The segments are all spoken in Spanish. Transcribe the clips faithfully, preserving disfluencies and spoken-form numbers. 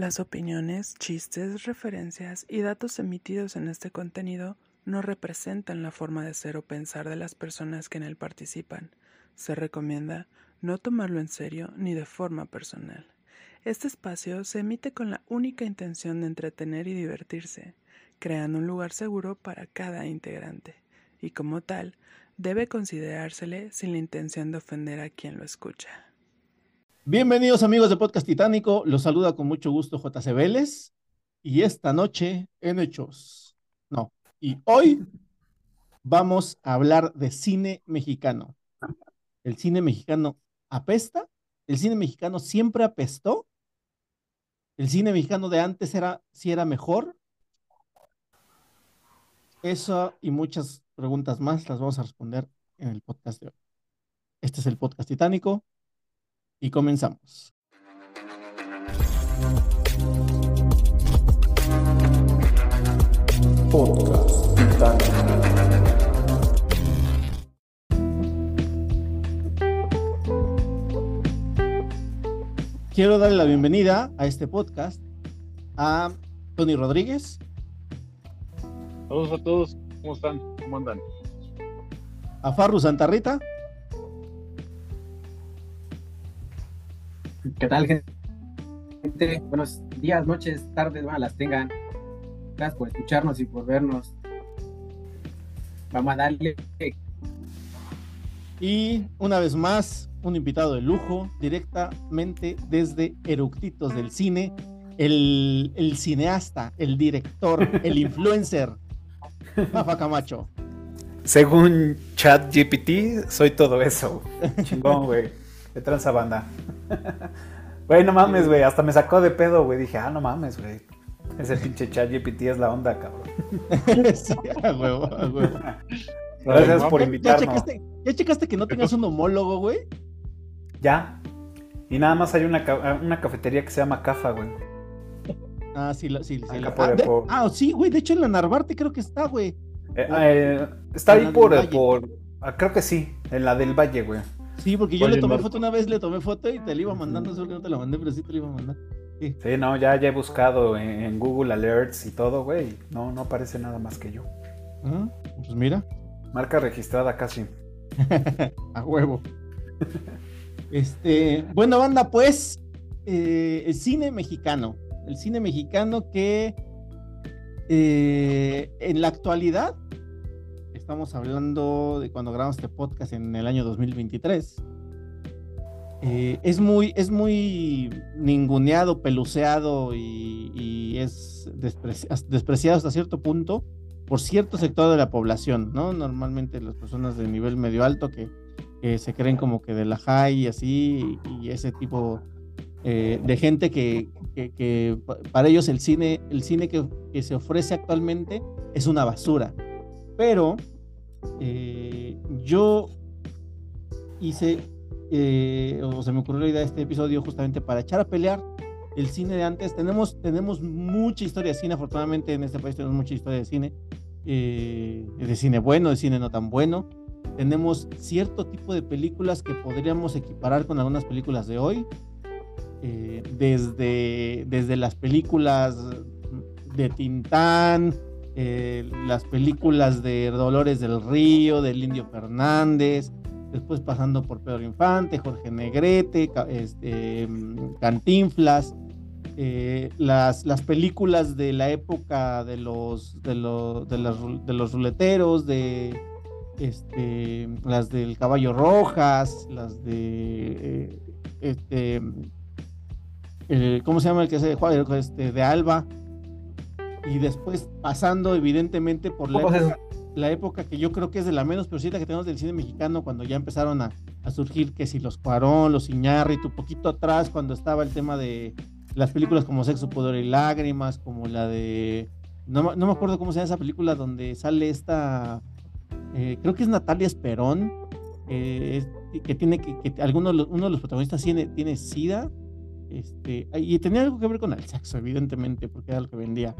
Las opiniones, chistes, referencias y datos emitidos en este contenido no representan la forma de ser o pensar de las personas que en él participan. Se recomienda no tomarlo en serio ni de forma personal. Este espacio se emite con la única intención de entretener y divertirse, creando un lugar seguro para cada integrante, y como tal, debe considerársele sin la intención de ofender a quien lo escucha. Bienvenidos amigos de Podcast Titánico, los saluda con mucho gusto J C Vélez y esta noche en Hechos, no, y hoy vamos a hablar de cine mexicano. ¿El cine mexicano apesta? ¿El cine mexicano siempre apestó? ¿El cine mexicano de antes era, sí era mejor? Eso y muchas preguntas más las vamos a responder en el podcast de hoy. Este es el Podcast Titánico y comenzamos. Podcast Titánico. Quiero darle la bienvenida a este podcast a Tony Rodríguez. Saludos a todos, ¿cómo están? ¿Cómo andan? A Farru Santarrita. ¿Qué tal, gente? Buenos días, noches, tardes, bueno, las tengan. Gracias por escucharnos y por vernos. Vamos a darle. Y una vez más, un invitado de lujo, directamente desde Eructitos del Cine, el, el cineasta, el director, el influencer, Rafa Camacho. Según ChatGPT, soy todo eso. Chingón, güey. De tranza banda. Güey, no mames, güey. Hasta me sacó de pedo, güey. Dije, ah, no mames, güey. Ese pinche ChatGPT es la onda, cabrón. Sí, a huevo, a huevo. Gracias por ¿Ya, invitarnos. ya, checaste, ¿Ya checaste que no tengas un homólogo, güey? Ya. Y nada más hay una, ca- una cafetería que se llama Cafa, güey. Ah, sí, la- sí, sí. Acá la- por- ah, de- por- ah, sí, güey. De hecho, en la Narvarte creo que está, güey. Eh, eh, está ahí La del por, Valle. por... ah, creo que sí, en la del Valle, güey. Sí, porque yo Oye, le tomé Marco. foto una vez, le tomé foto y te la iba mandando, solo que no te la mandé, pero sí te la iba a mandar. Sí. Sí, no, ya, ya he buscado en, en Google Alerts y todo, güey. No, no aparece nada más que yo. Ah, pues mira, Marca registrada casi. a huevo. Este, bueno, banda, pues, eh, el cine mexicano. El cine mexicano que eh, en la actualidad, estamos hablando de cuando grabamos este podcast en el año dos mil veintitrés. Eh, es muy, es muy ninguneado, peluceado y, y es despreci- despreciado hasta cierto punto por cierto sector de la población, ¿no? Normalmente las personas de nivel medio alto que, que se creen como que de la high y así, y, y ese tipo eh, de gente que, que, que pa- para ellos el cine, el cine que, que se ofrece actualmente es una basura. Pero eh, yo hice, eh, o se me ocurrió la idea de este episodio justamente para echar a pelear el cine de antes. Tenemos, tenemos mucha historia de cine, afortunadamente en este país tenemos mucha historia de cine, eh, de cine bueno, de cine no tan bueno. Tenemos cierto tipo de películas que podríamos equiparar con algunas películas de hoy, eh, desde, desde las películas de Tintán, eh, las películas de Dolores del Río, del Indio Fernández, después pasando por Pedro Infante, Jorge Negrete, Ca- este, mm, Cantinflas, eh, las, las películas de la época de los, de los, de las ru- de los ruleteros, de este, las del Caballo Rojas, las de eh, este, eh, ¿cómo se llama el que se de, este, de Alba? Y después pasando evidentemente por la ¿Cómo es época, la época que yo creo que es de la menos peorcita que tenemos del cine mexicano, cuando ya empezaron a, a surgir que si los Cuarón, los Iñárritu, poquito atrás cuando estaba el tema de las películas como Sexo, Pudor y Lágrimas, como la de, no, me- no me acuerdo cómo se llama esa película donde sale esta, eh, creo que es Natalia Esperón, eh, es- que tiene que, que alguno de los, uno de los protagonistas tiene, tiene SIDA, este, y tenía algo que ver con el sexo, evidentemente, porque era lo que vendía.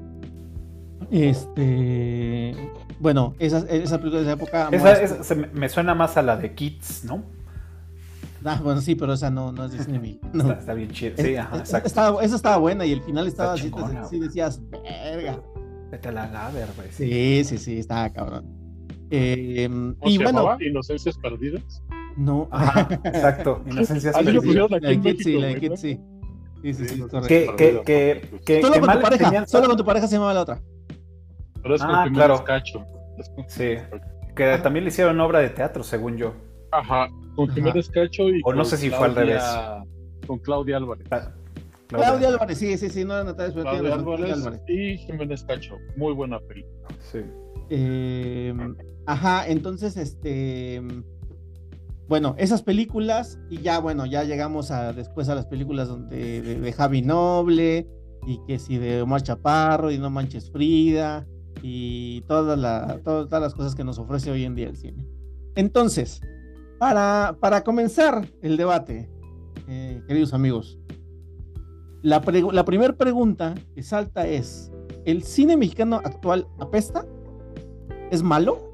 Este, bueno, esa, esa película de esa época. Esa, esa se me, me suena más a la de Kids, ¿no? Ah, bueno, sí, pero esa no, no es de cine mexicano. Está, está bien chido. Sí, ajá, exacto. Estaba, esa estaba buena y el final estaba Está así, chingona, así decías, verga. Vete a la Gaber, güey. Sí, sí, sí, estaba cabrón. Eh, ¿Cómo y se bueno, llamaba? ¿Inocencias perdidas? no. Ajá, exacto. Inocencias Así lo perdidas. pusieron La aquí de en Kid, sí, México, la de güey, Kid, ¿no? sí. Sí, sí, sí, Sí, correcto. Que, que, que, que, Solo que con tu mala pareja, enseñanza. solo con tu pareja se llamaba la otra. Pero es con Ah, Jiménez claro. Cacho. Sí, que también le hicieron obra de teatro, según yo. Ajá, con Ajá. Jiménez Cacho y O no con sé si fue al Claudia- Con Claudia Álvarez. Ah, Claudia Álvarez, sí, sí, sí, no era Natalia, pero tiene Claudia razón, Claudia Álvarez Álvarez. y Jiménez Cacho. Muy buena película. Sí. Eh, ajá, entonces, este, bueno, esas películas y ya, bueno, ya llegamos a después a las películas donde de, de Javi Noble y que si de Omar Chaparro y No Manches Frida y todas la, todas, todas las cosas que nos ofrece hoy en día el cine. Entonces, para, para comenzar el debate, eh, queridos amigos, la, pregu- la primera pregunta que salta es, ¿el cine mexicano actual apesta? ¿Es malo?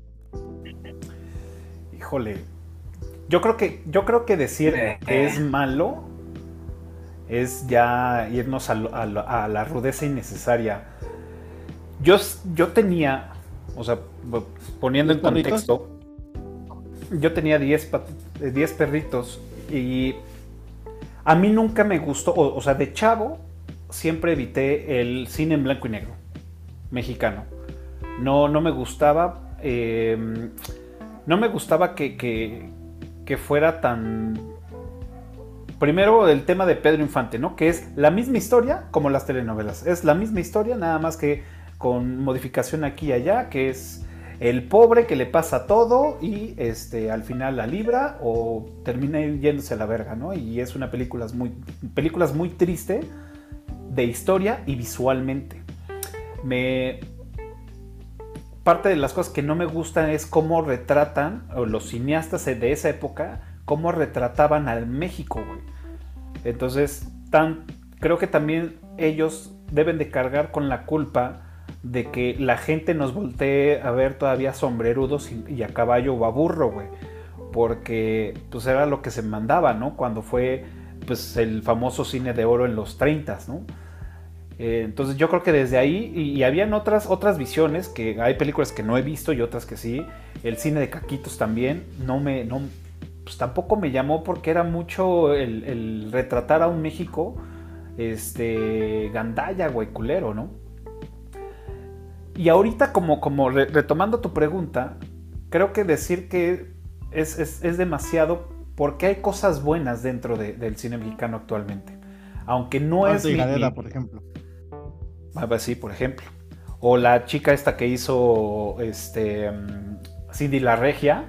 Híjole. Yo creo que, yo creo que decir que es malo es ya irnos a, lo- a lo- a la rudeza innecesaria. Yo, s- yo tenía, o sea, b- poniendo en ¿Diez perritos? contexto, yo tenía diez perritos y a mí nunca me gustó, o, o sea, de chavo siempre evité el cine en blanco y negro mexicano. No, no me gustaba, eh, no me gustaba que, que, que fuera tan... Primero el tema de Pedro Infante, ¿no? Que es la misma historia como las telenovelas. Es la misma historia, nada más que con modificación aquí y allá, que es el pobre que le pasa todo y este, al final la libra o termina yéndose a la verga, ¿no? Y es una película muy, películas muy triste de historia y visualmente. Me... Parte de las cosas que no me gustan es cómo retratan, o los cineastas de esa época, cómo retrataban al México, güey. Entonces, tan, creo que también ellos deben de cargar con la culpa de que la gente nos voltee a ver todavía sombrerudos y, y a caballo o a burro, güey. Porque pues era lo que se mandaba, ¿no? Cuando fue pues el famoso cine de oro en los treintas, ¿no? Eh, entonces yo creo que desde ahí, y, y habían otras, otras visiones, que hay películas que no he visto y otras que sí. El cine de Caquitos también, no me, no, pues tampoco me llamó porque era mucho el, el retratar a un México, este, gandalla, güey, culero, ¿no? Y ahorita como, como re, retomando tu pregunta, creo que decir que es, es, es demasiado porque hay cosas buenas dentro de, del cine mexicano actualmente. Aunque no Marta es y mi, Gareda, mi, por ejemplo. Ah, pues sí, por ejemplo. O la chica esta que hizo este um, Cindy la Regia.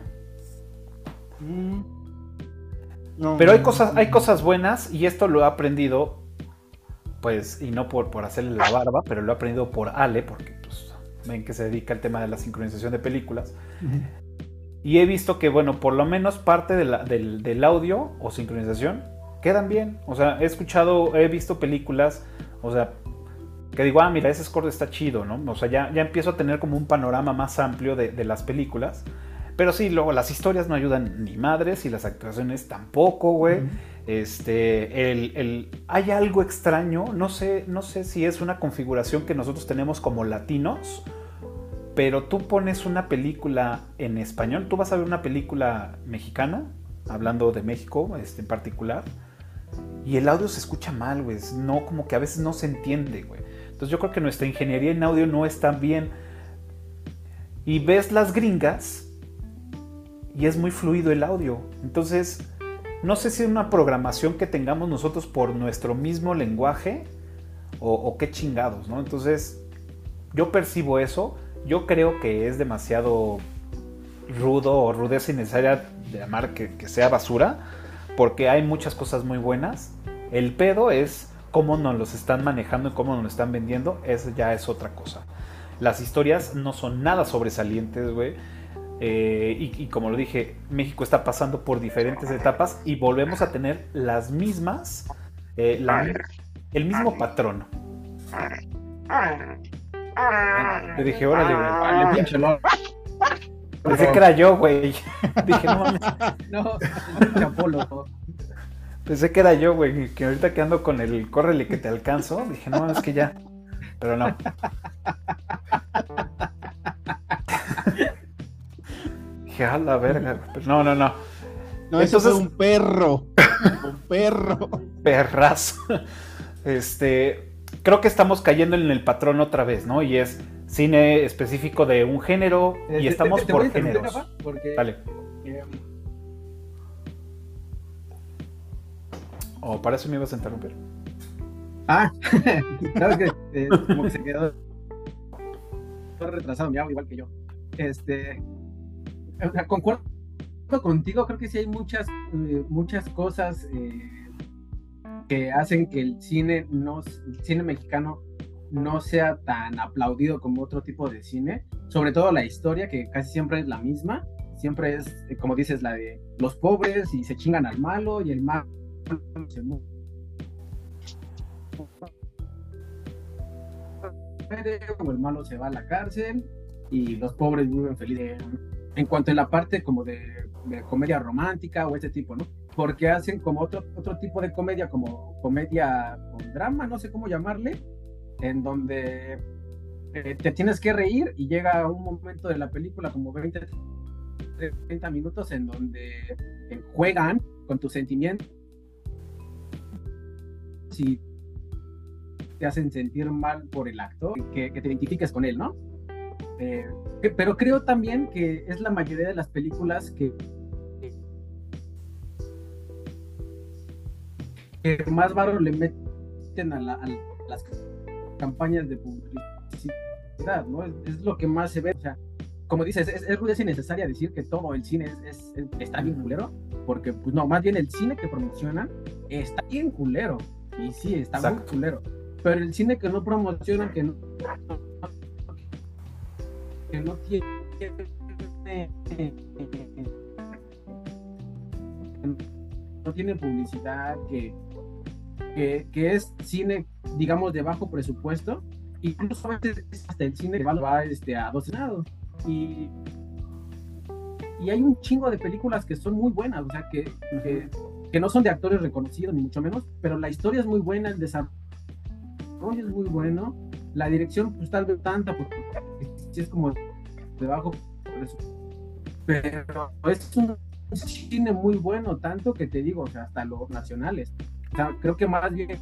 Mm. No, Pero hay no, cosas, no, hay no. cosas buenas y esto lo he aprendido, pues, y no por, por hacerle la barba, pero lo he aprendido por Ale, porque pues, ven que se dedica al tema de la sincronización de películas. Ujú. Y he visto que, bueno, por lo menos parte de la, del, del audio o sincronización quedan bien. O sea, he escuchado, he visto películas, o sea, que digo, ah, mira, ese score está chido, ¿no? O sea, ya, ya empiezo a tener como un panorama más amplio de, de las películas. Pero sí, luego las historias no ayudan ni madres y las actuaciones tampoco, güey. Uh-huh. Este, el, el, hay algo extraño, no sé, no sé si es una configuración que nosotros tenemos como latinos, pero tú pones una película en español, tú vas a ver una película mexicana, hablando de México este, en particular, y el audio se escucha mal, güey. No, como que a veces no se entiende, güey. Entonces yo creo que nuestra ingeniería en audio no está bien. Y ves las gringas y es muy fluido el audio. Entonces, no sé si es una programación que tengamos nosotros por nuestro mismo lenguaje o, o qué chingados, ¿no? Entonces, yo percibo eso. Yo creo que es demasiado rudo o rudeza innecesaria de llamar que, que sea basura, porque hay muchas cosas muy buenas. El pedo es cómo nos los están manejando y cómo nos lo están vendiendo. Eso ya es otra cosa. Las historias no son nada sobresalientes, güey. Eh, y, y como lo dije, México está pasando por diferentes etapas y volvemos a tener las mismas, eh, la, el mismo patrón. Le dije, órale, güey. Dale, pinche, ¿no? Pensé que era yo, güey. Dije, no mames. No, es Apolo. Pensé que era yo, güey. Que ahorita que ando con el córrele que te alcanzo, dije, no, es que ya. Pero no. Dije, a la verga. Pero no, no, no. No, eso es un perro. Un perro. Perrazo. Este. Creo que estamos cayendo en el patrón otra vez, ¿no? Y es cine específico de un género. Y estamos te, te, te por voy a interrumpir, géneros. Rafa, porque, Vale. eh, O oh, para eso me ibas a interrumpir. Ah, sabes que eh, como que se quedó retrasado mi audio igual que yo. Este, concuerdo contigo, creo que sí hay muchas, eh, muchas cosas eh, que hacen que el cine no, el cine mexicano no sea tan aplaudido como otro tipo de cine, sobre todo la historia, que casi siempre es la misma, siempre es, eh, como dices, la de los pobres y se chingan al malo y el malo se muere, o el malo se va a la cárcel y los pobres viven felices. En cuanto a la parte como de, de comedia romántica o este tipo, ¿no? Porque hacen como otro, otro tipo de comedia, como comedia con drama, no sé cómo llamarle, en donde eh, te tienes que reír y llega un momento de la película, como veinte, treinta minutos, en donde eh, juegan con tus sentimientos y te hacen sentir mal por el actor, que, que te identifiques con él, ¿no? Eh, que, pero creo también que es la mayoría de las películas que, que más valor le meten a, la, a las campañas de publicidad, ¿no? Es, es lo que más se ve. O sea, como dices, es, es rudeza innecesaria decir que todo el cine es, es, es, está bien culero, porque pues no, más bien el cine que promocionan está bien culero, y sí, está Exacto. muy culero, pero el cine que no promocionan, que no que no tiene no tiene publicidad, que, que, que es cine, digamos, de bajo presupuesto, incluso a veces hasta el cine que va, va este, a dos lados, y y hay un chingo de películas que son muy buenas, o sea, que, que, que no son de actores reconocidos, ni mucho menos, pero la historia es muy buena, el desarrollo es muy bueno, la dirección pues tal vez tanta, porque es como de bajo presupuesto, pero es un cine muy bueno, tanto que te digo, o sea, hasta los nacionales. O sea, creo que más bien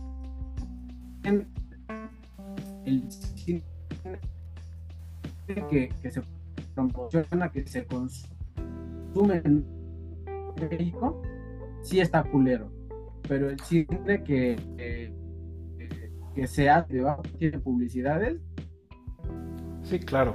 el cine que, que se promociona, que se consume en México, sí está culero, pero el cine que, que, que se hace debajo tiene publicidades. Sí, claro.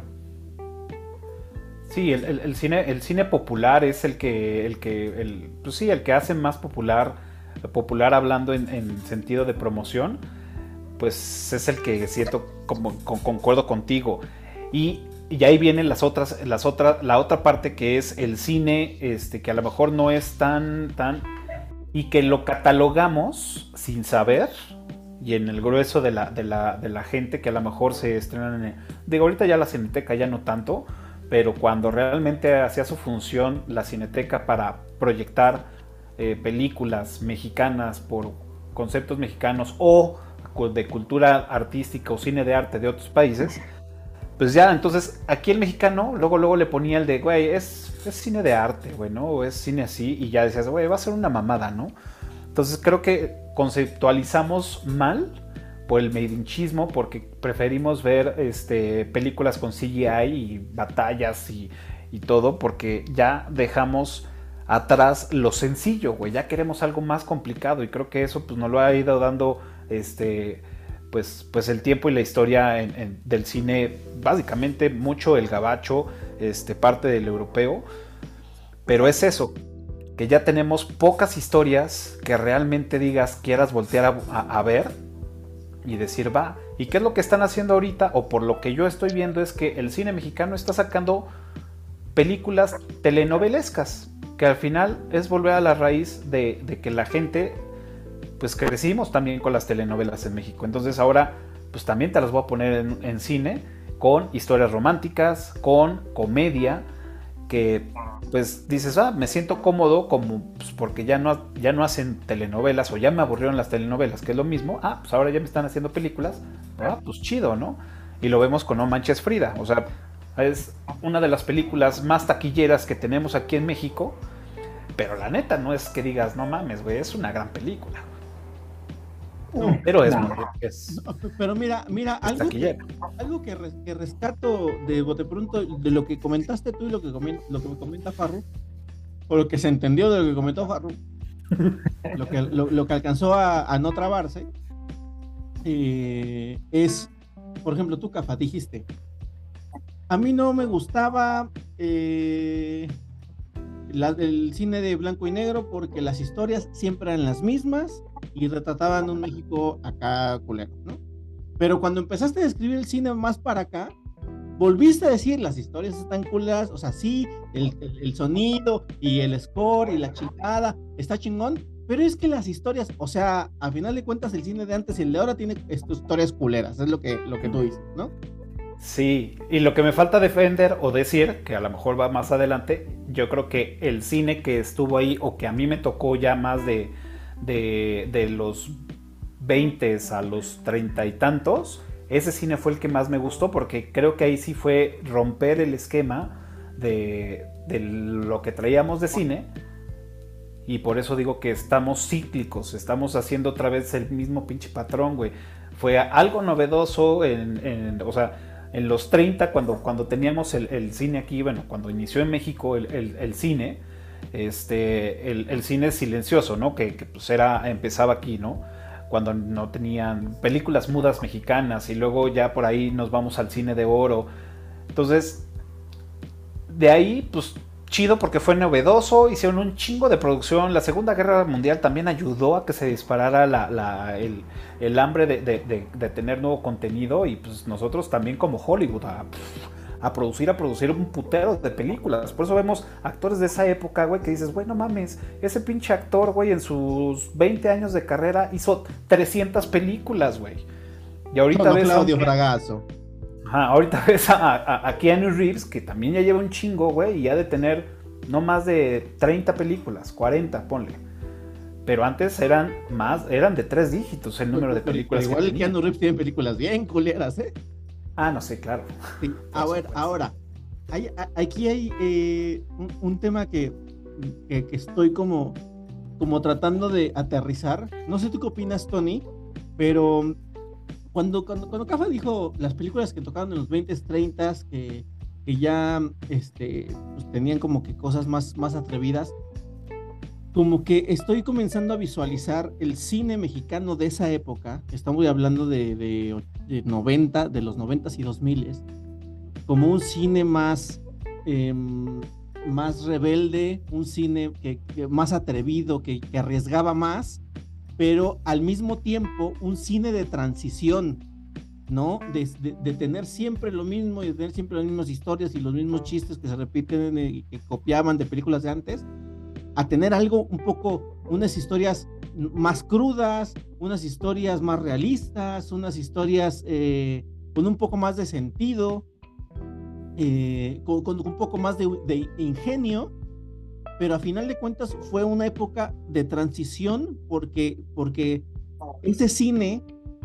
Sí, el, el, el cine, el cine popular es el que, el que, el, pues sí, el que hace más popular, popular hablando en, en sentido de promoción, pues es el que siento como con, concuerdo contigo. Y, y ahí vienen las otras, las otras, la otra parte que es el cine, este, que a lo mejor no es tan, tan, y que lo catalogamos sin saber, y en el grueso de la, de la, de la gente que a lo mejor se estrenan en, digo, ahorita ya la Cineteca ya no tanto, pero cuando realmente hacía su función la Cineteca para proyectar eh, películas mexicanas por conceptos mexicanos o de cultura artística o cine de arte de otros países, pues ya, entonces aquí el mexicano luego luego le ponía el de, güey, es, es cine de arte, güey, ¿no? O es cine así, y ya decías, güey, va a ser una mamada, ¿no? Entonces creo que conceptualizamos mal por el made-in-chismo, porque preferimos ver este, películas con C G I y batallas y, y todo, porque ya dejamos atrás lo sencillo, güey, ya queremos algo más complicado, y creo que eso pues nos lo ha ido dando este, pues, pues el tiempo y la historia en, en, del cine, básicamente mucho el gabacho, este, parte del europeo, pero es eso, que ya tenemos pocas historias que realmente digas, quieras voltear a, a, a ver y decir, va, ¿y qué es lo que están haciendo ahorita? O por lo que yo estoy viendo es que el cine mexicano está sacando películas telenovelescas, que al final es volver a la raíz de, de que la gente, pues crecimos también con las telenovelas en México. Entonces ahora, pues también te las voy a poner en, en cine, con historias románticas, con comedia, que pues dices, ah, me siento cómodo como pues, porque ya no, ya no hacen telenovelas o ya me aburrieron las telenovelas, que es lo mismo, ah, pues ahora ya me están haciendo películas, ah, pues chido, ¿no? Y lo vemos con No Manches Frida, o sea, es una de las películas más taquilleras que tenemos aquí en México, pero la neta no es que digas, no mames, güey, es una gran película. No, pero es, no. muy, es No, pero mira, mira, es algo que, taquillera. algo que, res, que rescato de bote pronto, de lo que comentaste tú y lo que, comen, lo que me comenta Farru, o lo que se entendió de lo que comentó Farru, lo, que, lo, lo que alcanzó a, a no trabarse, eh, es, por ejemplo, tú, Cafa, dijiste, a mí no me gustaba eh, la, el cine de blanco y negro porque las historias siempre eran las mismas y retrataban un México acá culero, ¿no? Pero cuando empezaste a escribir el cine más para acá, volviste a decir, las historias están culeras, o sea, sí, el, el, el sonido y el score y la chingada, está chingón, pero es que las historias, o sea, a final de cuentas el cine de antes y el de ahora tiene historias culeras, es lo que, lo que tú dices, ¿no? Sí, y lo que me falta defender o decir, que a lo mejor va más adelante, yo creo que el cine que estuvo ahí o que a mí me tocó ya más de, de, de los veinte a los treinta y tantos, ese cine fue el que más me gustó porque creo que ahí sí fue romper el esquema de, de lo que traíamos de cine y por eso digo que estamos cíclicos, estamos haciendo otra vez el mismo pinche patrón, güey. Fue algo novedoso en, en o sea, en los treinta cuando, cuando teníamos el, el cine aquí, bueno, cuando inició en México el, el, el cine, este, el, el cine silencioso, ¿no? Que, que pues era, empezaba aquí, ¿no? Cuando no tenían películas mudas mexicanas y luego ya por ahí nos vamos al cine de oro. Entonces, de ahí, pues chido porque fue novedoso, hicieron un chingo de producción. La Segunda Guerra Mundial también ayudó a que se disparara la, la, el, el hambre de, de, de, de tener nuevo contenido y pues nosotros también como Hollywood a, a producir, a producir un putero de películas. Por eso vemos actores de esa época, güey, que dices, güey, no mames, ese pinche actor, güey, en sus veinte años de carrera hizo trescientas películas, güey. Y ahorita no, no, ves Claudio a... Bragazo. Ajá, ahorita ves a, a, a Keanu Reeves, que también ya lleva un chingo, güey, y ha de tener no más de treinta películas, cuarenta, ponle. Pero antes eran más, eran de tres dígitos el número de películas. Pero igual que Keanu Reeves tiene películas bien culeras, ¿eh? Ah, no sé, claro. Sí. A ver, ahora, hay, aquí hay eh, un, un tema que, que, que estoy como, como tratando de aterrizar. No sé tú qué opinas, Tony, pero cuando, cuando, cuando Cafa dijo las películas que tocaban en los veinte, treinta, que, que ya este, pues tenían como que cosas más, más atrevidas, como que estoy comenzando a visualizar el cine mexicano de esa época, estamos hablando de, de, de noventa, de los noventas y dos miles, como un cine más, eh, más rebelde, un cine que, que más atrevido, que, que arriesgaba más, pero al mismo tiempo un cine de transición, ¿no? De, de, de tener siempre lo mismo y de tener siempre las mismas historias y los mismos chistes que se repiten y que copiaban de películas de antes, a tener algo un poco, unas historias más crudas, unas historias más realistas, unas historias eh, con un poco más de sentido, eh, con, con un poco más de, de ingenio, pero a final de cuentas fue una época de transición porque, porque ese cine,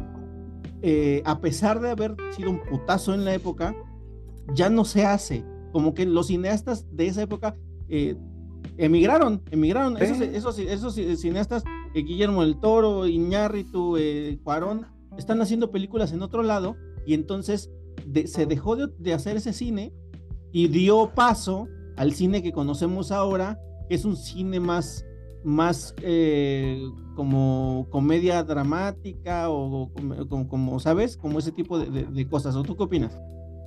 eh, a pesar de haber sido un putazo en la época, ya no se hace, como que los cineastas de esa época eh, emigraron, emigraron, ¿sí? esos, esos, esos cineastas, eh, Guillermo del Toro, Iñárritu, eh, Cuarón, están haciendo películas en otro lado y entonces de, se dejó de, de hacer ese cine y dio paso al cine que conocemos ahora, que es un cine más, más eh, como comedia dramática o como, como, ¿sabes? Como ese tipo de, de, de cosas. ¿O tú qué opinas?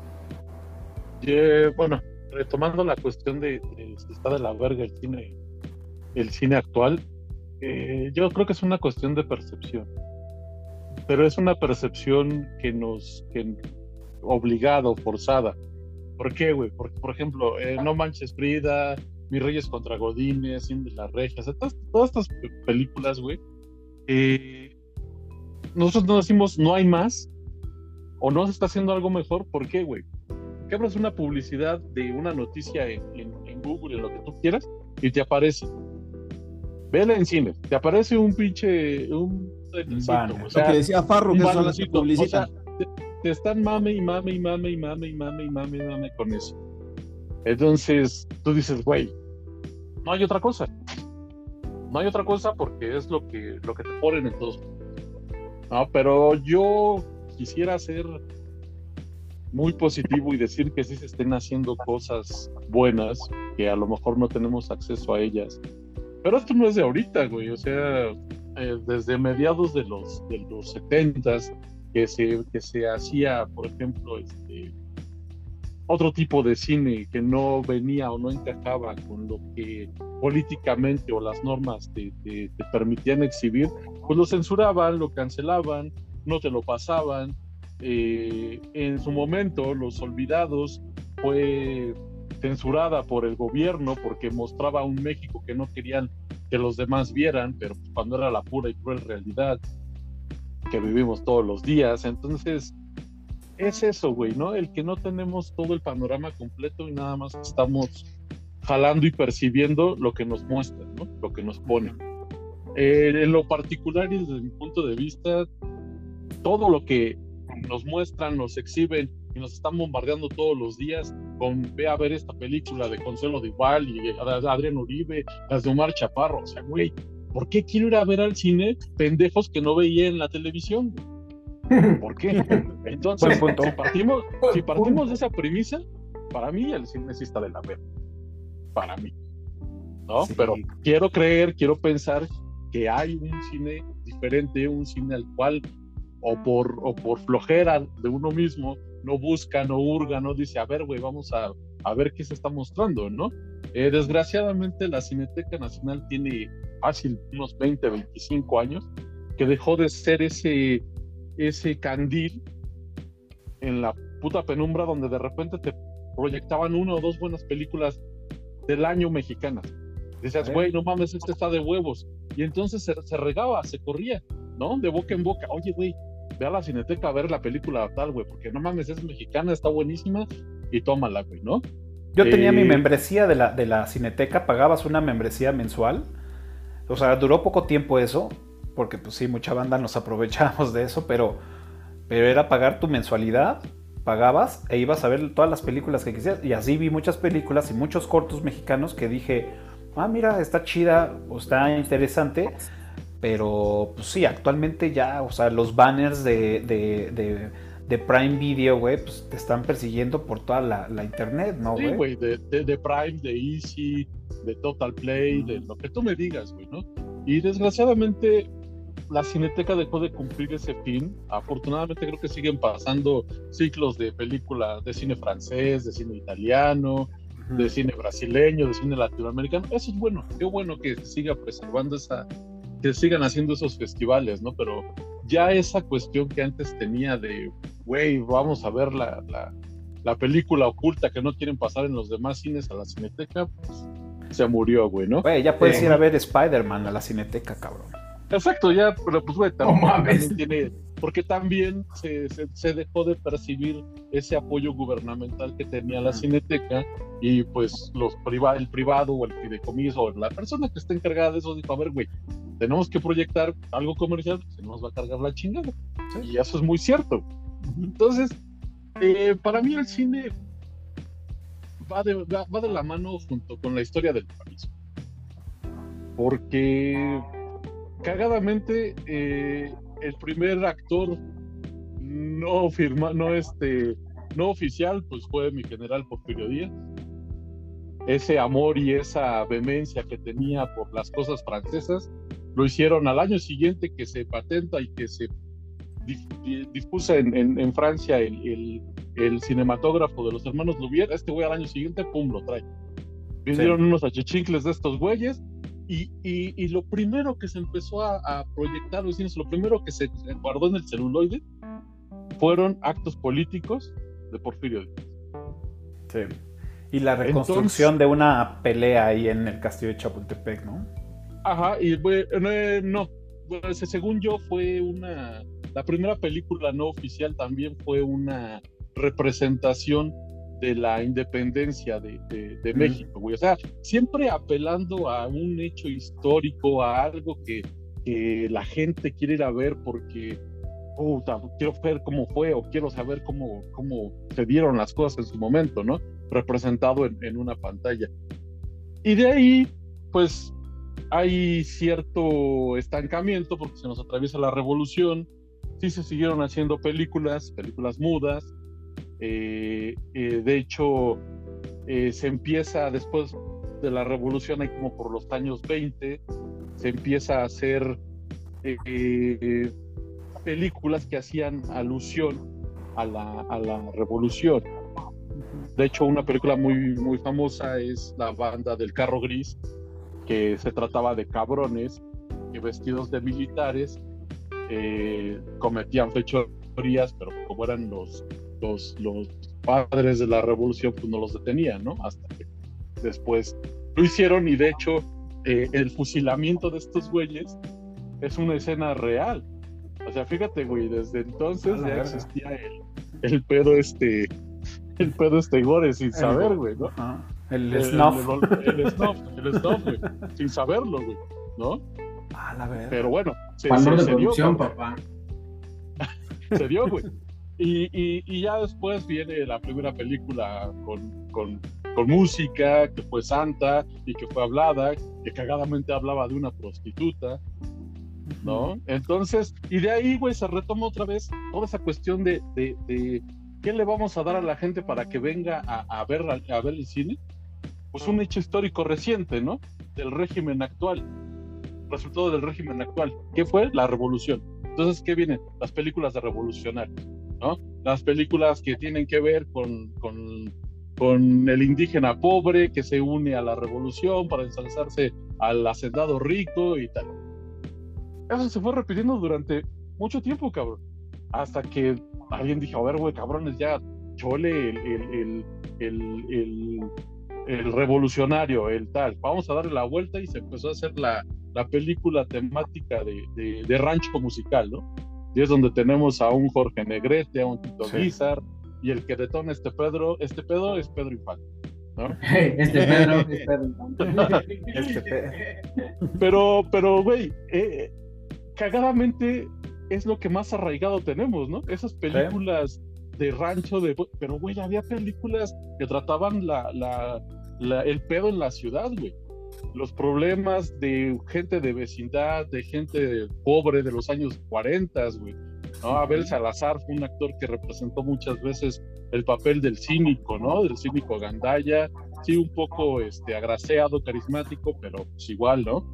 Yeah, bueno, retomando la cuestión de, de si está de la verga el cine, el cine actual, eh, yo creo que es una cuestión de percepción, pero es una percepción que nos, que obligado, forzada. ¿Por qué, güey? Porque, por ejemplo, eh, No Manches Frida, Mis Reyes contra Godines, Cien de las Regias, todas, todas estas películas, güey, eh, nosotros no decimos no hay más o no se está haciendo algo mejor. ¿Por qué, güey? Que abres una publicidad de una noticia en, en, en Google, en lo que tú quieras, y te aparece. Vela en cine, te aparece un pinche, un banner. o sea, Lo que decía Farro, un que son las que bannercito, publicitan. o sea, te, te están mame y mame y mame y mame y mame y mame y mame con eso. Entonces, tú dices, güey, no hay otra cosa. No hay otra cosa porque es lo que, lo que te ponen en todos. No, pero yo quisiera ser muy positivo y decir que sí se estén haciendo cosas buenas, que a lo mejor no tenemos acceso a ellas. Pero esto no es de ahorita, güey. O sea, eh, desde mediados de los de los setentas que se que se hacía, por ejemplo, este otro tipo de cine que no venía o no encajaba con lo que políticamente o las normas te, te, te permitían exhibir, pues lo censuraban, lo cancelaban, no te lo pasaban. Eh, en su momento, Los Olvidados fue censurada por el gobierno porque mostraba un México que no querían que los demás vieran, pero pues cuando era la pura y cruel realidad que vivimos todos los días. Entonces es eso, güey, ¿no? El que no tenemos todo el panorama completo y nada más estamos jalando y percibiendo lo que nos muestran, ¿no? Lo que nos ponen. Eh, en lo particular y desde mi punto de vista, todo lo que nos muestran, nos exhiben y nos están bombardeando todos los días con ve a ver esta película de Consuelo Duval y Adrián Uribe, las de Omar Chaparro. O sea, güey, ¿por qué quiero ir a ver al cine pendejos que no veía en la televisión? ¿Por qué? Entonces, si partimos, si partimos de esa premisa, para mí el cine sí está de la verga. Para mí. ¿No? Sí. Pero quiero creer, quiero pensar que hay un cine diferente, un cine al cual o por, o por flojera de uno mismo no busca, no hurga, no dice, a ver, güey, vamos a, a ver qué se está mostrando, ¿no? Eh, desgraciadamente la Cineteca Nacional tiene fácil unos veinte, veinticinco años que dejó de ser ese, ese candil en la puta penumbra donde de repente te proyectaban una o dos buenas películas del año mexicanas. Decías, güey, no mames, este está de huevos. Y entonces se, se regaba, se corría, ¿no? De boca en boca. Oye, güey, ve a la Cineteca a ver la película tal, güey, porque no mames, es mexicana, está buenísima y tómala, güey, ¿no? Yo tenía eh... mi membresía de la, de la Cineteca, pagabas una membresía mensual. O sea, duró poco tiempo eso, porque pues sí, mucha banda nos aprovechábamos de eso, pero, pero era pagar tu mensualidad, pagabas e ibas a ver todas las películas que quisieras. Y así vi muchas películas y muchos cortos mexicanos que dije, ah, mira, está chida o está interesante. Pero, pues sí, actualmente ya, o sea, los banners de, de, de, de Prime Video, güey, pues te están persiguiendo por toda la, la internet, ¿no, güey? Sí, güey, de, de, de Prime, de Easy, de Total Play, de lo que tú me digas, güey, ¿no? Y desgraciadamente la Cineteca dejó de cumplir ese fin. Afortunadamente creo que siguen pasando ciclos de películas de cine francés, de cine italiano, uh-huh. de cine brasileño, de cine latinoamericano. Eso es bueno, qué bueno que se siga preservando esa... que sigan haciendo esos festivales, ¿no? Pero ya esa cuestión que antes tenía de, güey, vamos a ver la, la, la película oculta que no quieren pasar en los demás cines a la Cineteca, pues se murió, güey, ¿no? Güey, ya puedes eh, ir a ver Spider-Man a la Cineteca, cabrón. Exacto, ya, pero pues, güey, también, no también tiene, porque también se, se, se dejó de percibir ese apoyo gubernamental que tenía la Cineteca y pues los priva, el privado o el fideicomiso o la persona que está encargada de eso dijo, a ver, güey, tenemos que proyectar algo comercial, se nos va a cargar la chingada. ¿Sí? Y eso es muy cierto. Entonces, eh, para mí el cine va de, va, va de la mano junto con la historia del país. Porque, cagadamente, eh, el primer actor no firma, no este, no oficial, pues fue mi general Porfirio Díaz. Ese amor y esa vehemencia que tenía por las cosas francesas lo hicieron al año siguiente que se patenta y que se dispuso en, en, en Francia el, el, el cinematógrafo de los hermanos Lumière. Este güey al año siguiente, pum, lo trae. Vinieron sí. unos achichincles de estos güeyes y, y, y lo primero que se empezó a, a proyectar los cines, lo primero que se guardó en el celuloide fueron actos políticos de Porfirio Díaz. Sí. Y la reconstrucción Entonces, de una pelea ahí en el castillo de Chapultepec, ¿no? Ajá, y bueno, no, bueno, según yo fue una, la primera película no oficial también fue una representación de la independencia de, de, de México, güey. O sea, siempre apelando a un hecho histórico, a algo que, que la gente quiere ir a ver porque, puta, quiero ver cómo fue o quiero saber cómo, cómo se dieron las cosas en su momento, ¿no? Representado en, en una pantalla. Y de ahí, pues, hay cierto estancamiento porque se nos atraviesa la revolución. Sí se siguieron haciendo películas, películas mudas. Eh, eh, de hecho, eh, se empieza después de la revolución, ahí como por los años veinte, se empieza a hacer eh, eh, películas que hacían alusión a la, a la revolución. De hecho, una película muy, muy famosa es La banda del carro gris, que se trataba de cabrones que vestidos de militares eh, cometían fechorías, pero como eran los Los, los padres de la revolución, pues no los detenían, ¿no? Hasta que después lo hicieron, y de hecho eh, el fusilamiento de estos güeyes es una escena real. O sea, fíjate, güey, desde entonces ya verga. existía el, el pedo este el pedo este gore sin saber, güey, ¿no? Uh-huh. El, el snuff. El, el, el snuff, el snuff, güey, sin saberlo, güey, ¿no? Ah, la verdad. Pero bueno, se, Valor se, de se dio, papá. Se dio, güey. Y, y, y ya después viene la primera película con, con, con música, que fue santa y que fue hablada, que cagadamente hablaba de una prostituta, ¿no? Entonces, y de ahí, güey, se retoma otra vez toda esa cuestión de, de, de ¿qué le vamos a dar a la gente para que venga a, a, ver, a, a ver el cine? Pues un hecho histórico reciente, ¿no? Del régimen actual, resultado del régimen actual, ¿qué fue? La revolución. Entonces, ¿qué vienen? Las películas de revolucionarios, ¿no? Las películas que tienen que ver con, con, con el indígena pobre que se une a la revolución para ensalzarse al hacendado rico y tal. Eso se fue repitiendo durante mucho tiempo, cabrón. Hasta que alguien dijo, a ver, güey, cabrones, ya, chole el, el, el, el, el, el revolucionario, el tal. Vamos a darle la vuelta, y se empezó a hacer la, la película temática de, de, de rancho musical, ¿no? Y es donde tenemos a un Jorge Negrete, a un Tito sí. Guizar, y el que detona este Pedro, este pedo es Pedro Infante, ¿no? Este Pedro es Pedro Infante. Este Pedro. Pero, pero, güey, eh, cagadamente es lo que más arraigado tenemos, ¿no? Esas películas ¿sí? de rancho, de, pero, güey, había películas que trataban la, la, la, el pedo en la ciudad, güey. Los problemas de gente de vecindad, de gente pobre de los años cuarenta, güey, ¿no? Abel Salazar fue un actor que representó muchas veces el papel del cínico, ¿no? Del cínico gandalla, sí, un poco este, agraciado, carismático, pero pues igual, ¿no?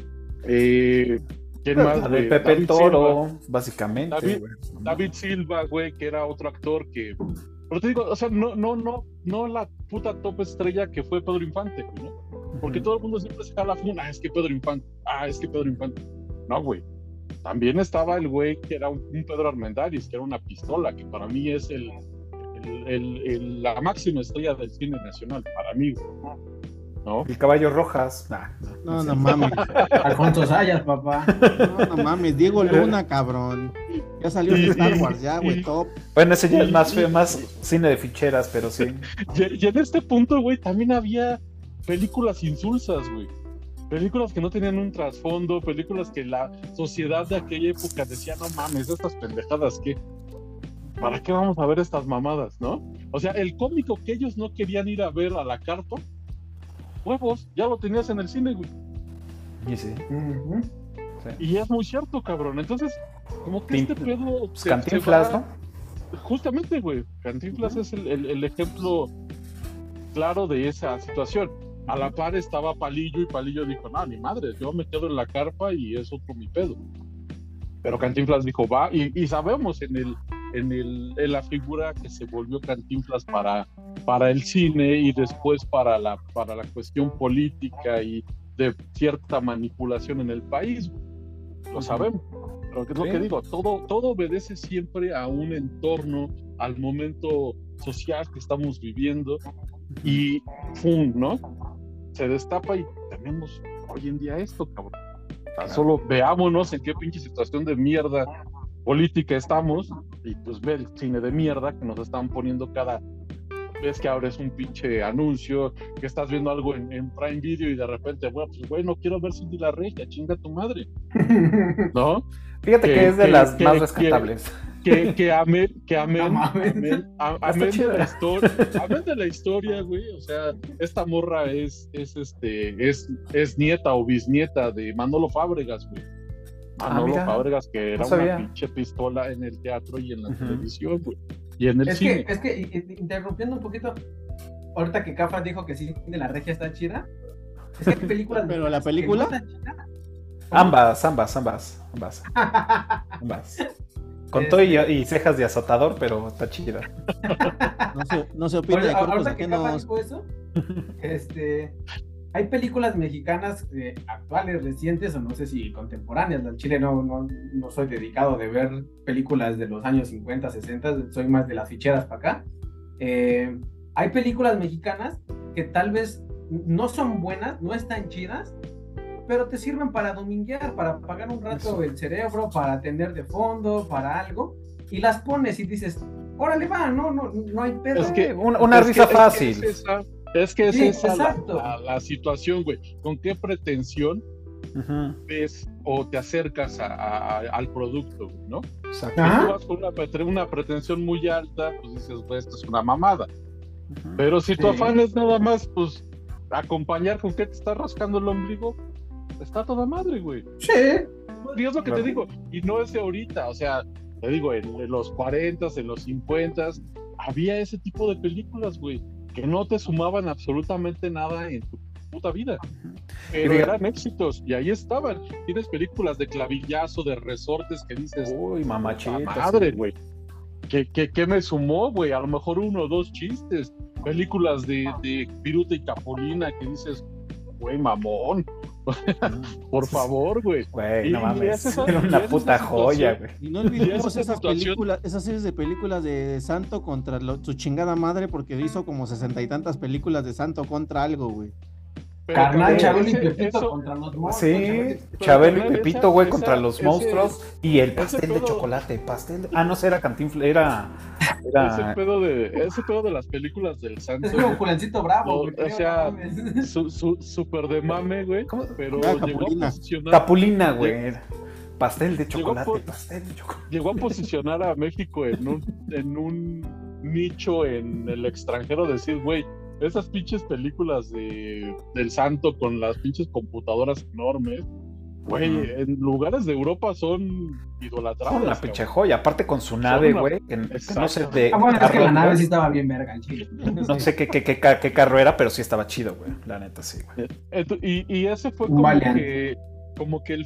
Eh, ¿Quién pero más? De Pepe David Toro, Silva, básicamente. David, David Silva, güey, que era otro actor que... Pero te digo, o sea, no, no, no, no la puta top estrella que fue Pedro Infante, ¿no? Porque todo el mundo siempre se jala funa, ah, es que Pedro Infante, ah, es que Pedro Infante. No, güey. También estaba el güey que era un, un Pedro Armendáriz, que era una pistola, que para mí es el, el, el, el, la máxima estrella del cine nacional, para mí, ¿no? El Caballo Rojas. Nah, no, no, no mames. Alfonso Sayas, papá. No, no mames. Diego Luna, cabrón. Ya salió en Star Wars, ya, güey, top. Bueno, ese ya es más, más cine de ficheras, pero sí. Y, y en este punto, güey, también había películas insulsas, güey. Películas que no tenían un trasfondo, películas que la sociedad de aquella época decía, no mames, estas pendejadas, ¿qué? ¿Para qué vamos a ver estas mamadas, no? O sea, el cómico que ellos no querían ir a ver a la carpa, huevos, ya lo tenías en el cine, güey. Y sí. Uh-huh. sí. Y es muy cierto, cabrón. Entonces, como que Pint- este pedo... Pues Cantinflas, ¿no? Justamente, güey. Cantinflas uh-huh. es el, el, el ejemplo claro de esa situación. A la par estaba Palillo, y Palillo dijo, no, ni madre, yo me quedo en la carpa y es otro mi pedo. Pero Cantinflas dijo, va, y, y sabemos en el, en el, en la figura que se volvió Cantinflas para, para el cine y después para la, para la cuestión política y de cierta manipulación en el país. Lo sabemos. Pero ¿qué es lo que digo? Todo, todo obedece siempre a un entorno, al momento social que estamos viviendo, y ¡pum!, ¿no? Se destapa y tenemos hoy en día esto, cabrón. O sea, solo veámonos en qué pinche situación de mierda política estamos, y pues ve el cine de mierda que nos están poniendo cada ves que ahora es un pinche anuncio, que estás viendo algo en, en Prime Video y de repente, bueno, pues güey, no quiero ver Cindy la Regia, chinga tu madre, ¿no? Fíjate que, que es de que, las que, más rescatables. Que, que amén, que amén, no, amén, amén de la historia, amén de la historia, güey, o sea, esta morra es, es este, es, es nieta o bisnieta de Manolo Fábregas, güey. Manolo ah, Fábregas, que era no una pinche pistola en el teatro y en la uh-huh. televisión, güey. Y en el es cine. Que, es que, interrumpiendo un poquito, ahorita que Cafa dijo que sí, de la Regia está chida, es que hay películas... ¿Pero la película? No están chidas. Ambas, ambas, ambas, ambas. ambas. Con este... todo y, y cejas de azotador, pero está chida. No se, no se opina de cuerpos ahorita que Cafa dijo eso, este... hay películas mexicanas eh, actuales, recientes, o no sé si contemporáneas. Al Chile no, no, no soy dedicado de ver películas de los años cincuenta, sesenta, soy más de las ficheras para acá. Eh, hay películas mexicanas que tal vez no son buenas, no están chidas, pero te sirven para dominguear, para apagar un rato Eso. el cerebro, para atender de fondo, para algo, y las pones y dices, órale va, no, no, no hay pedo. Es que una, una es risa que, fácil. Es que es esa, es, que es sí, esa la, la, la situación, güey. ¿Con qué pretensión uh-huh. ves o te acercas a, a, al producto, ¿no? Exacto. Si tú vas con una, una pretensión muy alta, pues dices, pues esto es una mamada. Uh-huh. Pero si tu sí. afán es nada más, pues, acompañar con qué te está rascando el ombligo, está toda madre, güey. Sí. Y es lo que claro. te digo. Y no es de ahorita, o sea, te digo, en, en los cuarentas, en los cincuentas, había ese tipo de películas, güey, que no te sumaban absolutamente nada en tu puta vida. Pero eran éxitos, y ahí estaban. Tienes películas de clavillazo, de resortes que dices, uy, mamachita. Madre, güey. ¿Qué, qué, ¿Qué me sumó, güey? A lo mejor uno o dos chistes. Películas de, de Viruta y Capulina que dices, güey, mamón. Por favor, güey. Güey, no mames. Esa, era una puta joya, güey. Y no olvidemos esas películas, esas series de películas de Santo contra lo, su chingada madre, porque hizo como sesenta y tantas películas de Santo contra algo, güey. Carnal, Chabelo y Pepito eso, contra los monstruos. Sí, Chabelo y Pepito, güey, contra los ese, monstruos. Ese, y el pastel de chocolate, pastel de... Ah, no sé, era Cantinflas, era... era... Ese, pedo de, ese pedo de las películas del Santo. Es como Julencito Bravo, güey. No, o sea, su, su, súper de mame, güey. Pero ah, llegó Capulina. a posicionar... Capulina, güey. Pastel de chocolate, llegó, pastel de chocolate. Llegó a posicionar a México en un, en un nicho en el extranjero, decir, güey, esas pinches películas de, del Santo con las pinches computadoras enormes, güey, uh-huh. en lugares de Europa son idolatradas. Son una pinche joya, aparte con su nave, güey, que, que no sé de... Ah, bueno, es que la nave sí estaba bien verga, en Chile. No sé qué, qué, qué, qué carro era, pero sí estaba chido, güey, la neta, sí, güey. Y, y ese fue como Valiant. que, como que el...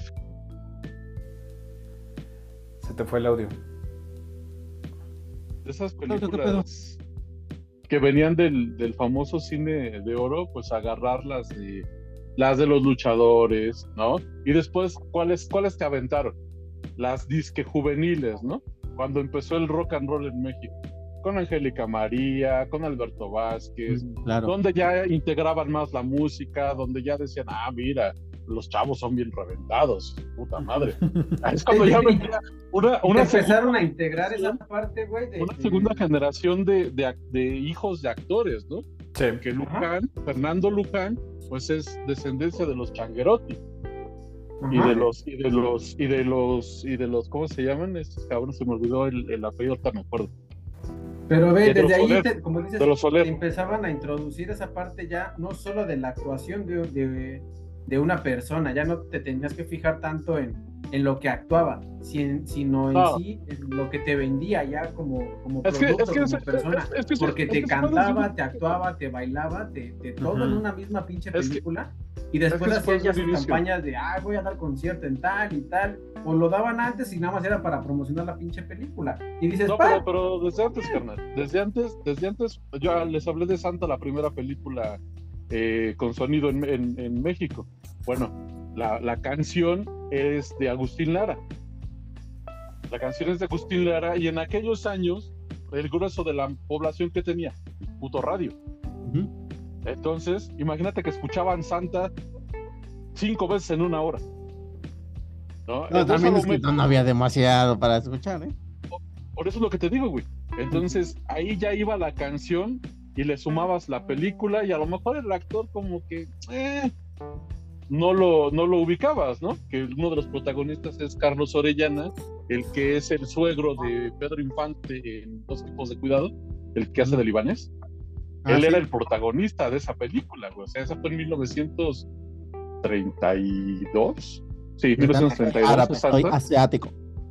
Se te fue el audio. De esas películas... que venían del, del famoso cine de oro, pues agarrar las de las de los luchadores, ¿no? Y después, ¿cuáles, cuáles te aventaron? Las disque juveniles, ¿no? Cuando empezó el rock and roll en México, con Angélica María, con Alberto Vázquez, claro. donde ya integraban más la música, donde ya decían, ah, mira, los chavos son bien reventados, puta madre. Es cuando ya venía una, una empezaron segunda, a integrar esa parte, güey. De, una de... segunda generación de, de, de hijos de actores, ¿no? Sí. Que Luján, Fernando Luján, pues es descendencia de los Changuerotti. Ajá. Y de los, y de los, y de los, y de los, ¿cómo se llaman? Estos cabrones, se me olvidó el, el apellido, ahorita me acuerdo. Pero ve, desde ahí, te, como dices, te empezaban a introducir esa parte ya, no solo de la actuación de, de, de una persona, ya no te tenías que fijar tanto en, en lo que actuaba, sino en no. sí, en lo que te vendía ya como, como es producto, que, es que como es, persona, es, es que, porque es te que cantaba, te actuaba, te bailaba, te, te todo uh-huh. en una misma pinche película, es que, y después hacían ya sus inicio. campañas de, ah, voy a dar concierto en tal y tal, o lo daban antes y nada más era para promocionar la pinche película, y dices, no, pero, pero desde antes, carnal, desde antes, desde antes, yo les hablé de Santa, la primera película eh, con sonido en, en, en México. Bueno, la, la canción es de Agustín Lara. La canción es de Agustín Lara y en aquellos años el grueso de la población que tenía, puto radio. Uh-huh. Entonces, imagínate que escuchaban Santa cinco veces en una hora. ¿No? No, también es que no, no había demasiado para escuchar, ¿eh? Por eso es lo que te digo, güey. Entonces, ahí ya iba la canción y le sumabas la película y a lo mejor el actor como que eh, no, lo, no lo ubicabas, ¿no? Que uno de los protagonistas es Carlos Orellana, el que es el suegro de Pedro Infante en Dos tipos de cuidado, el que hace de libanés. Ah, Él ¿sí? era el protagonista de esa película, güey. O sea, esa fue en mil novecientos treinta y dos. Sí, mil novecientos treinta y dos, Árabe, soy exacto. asiático.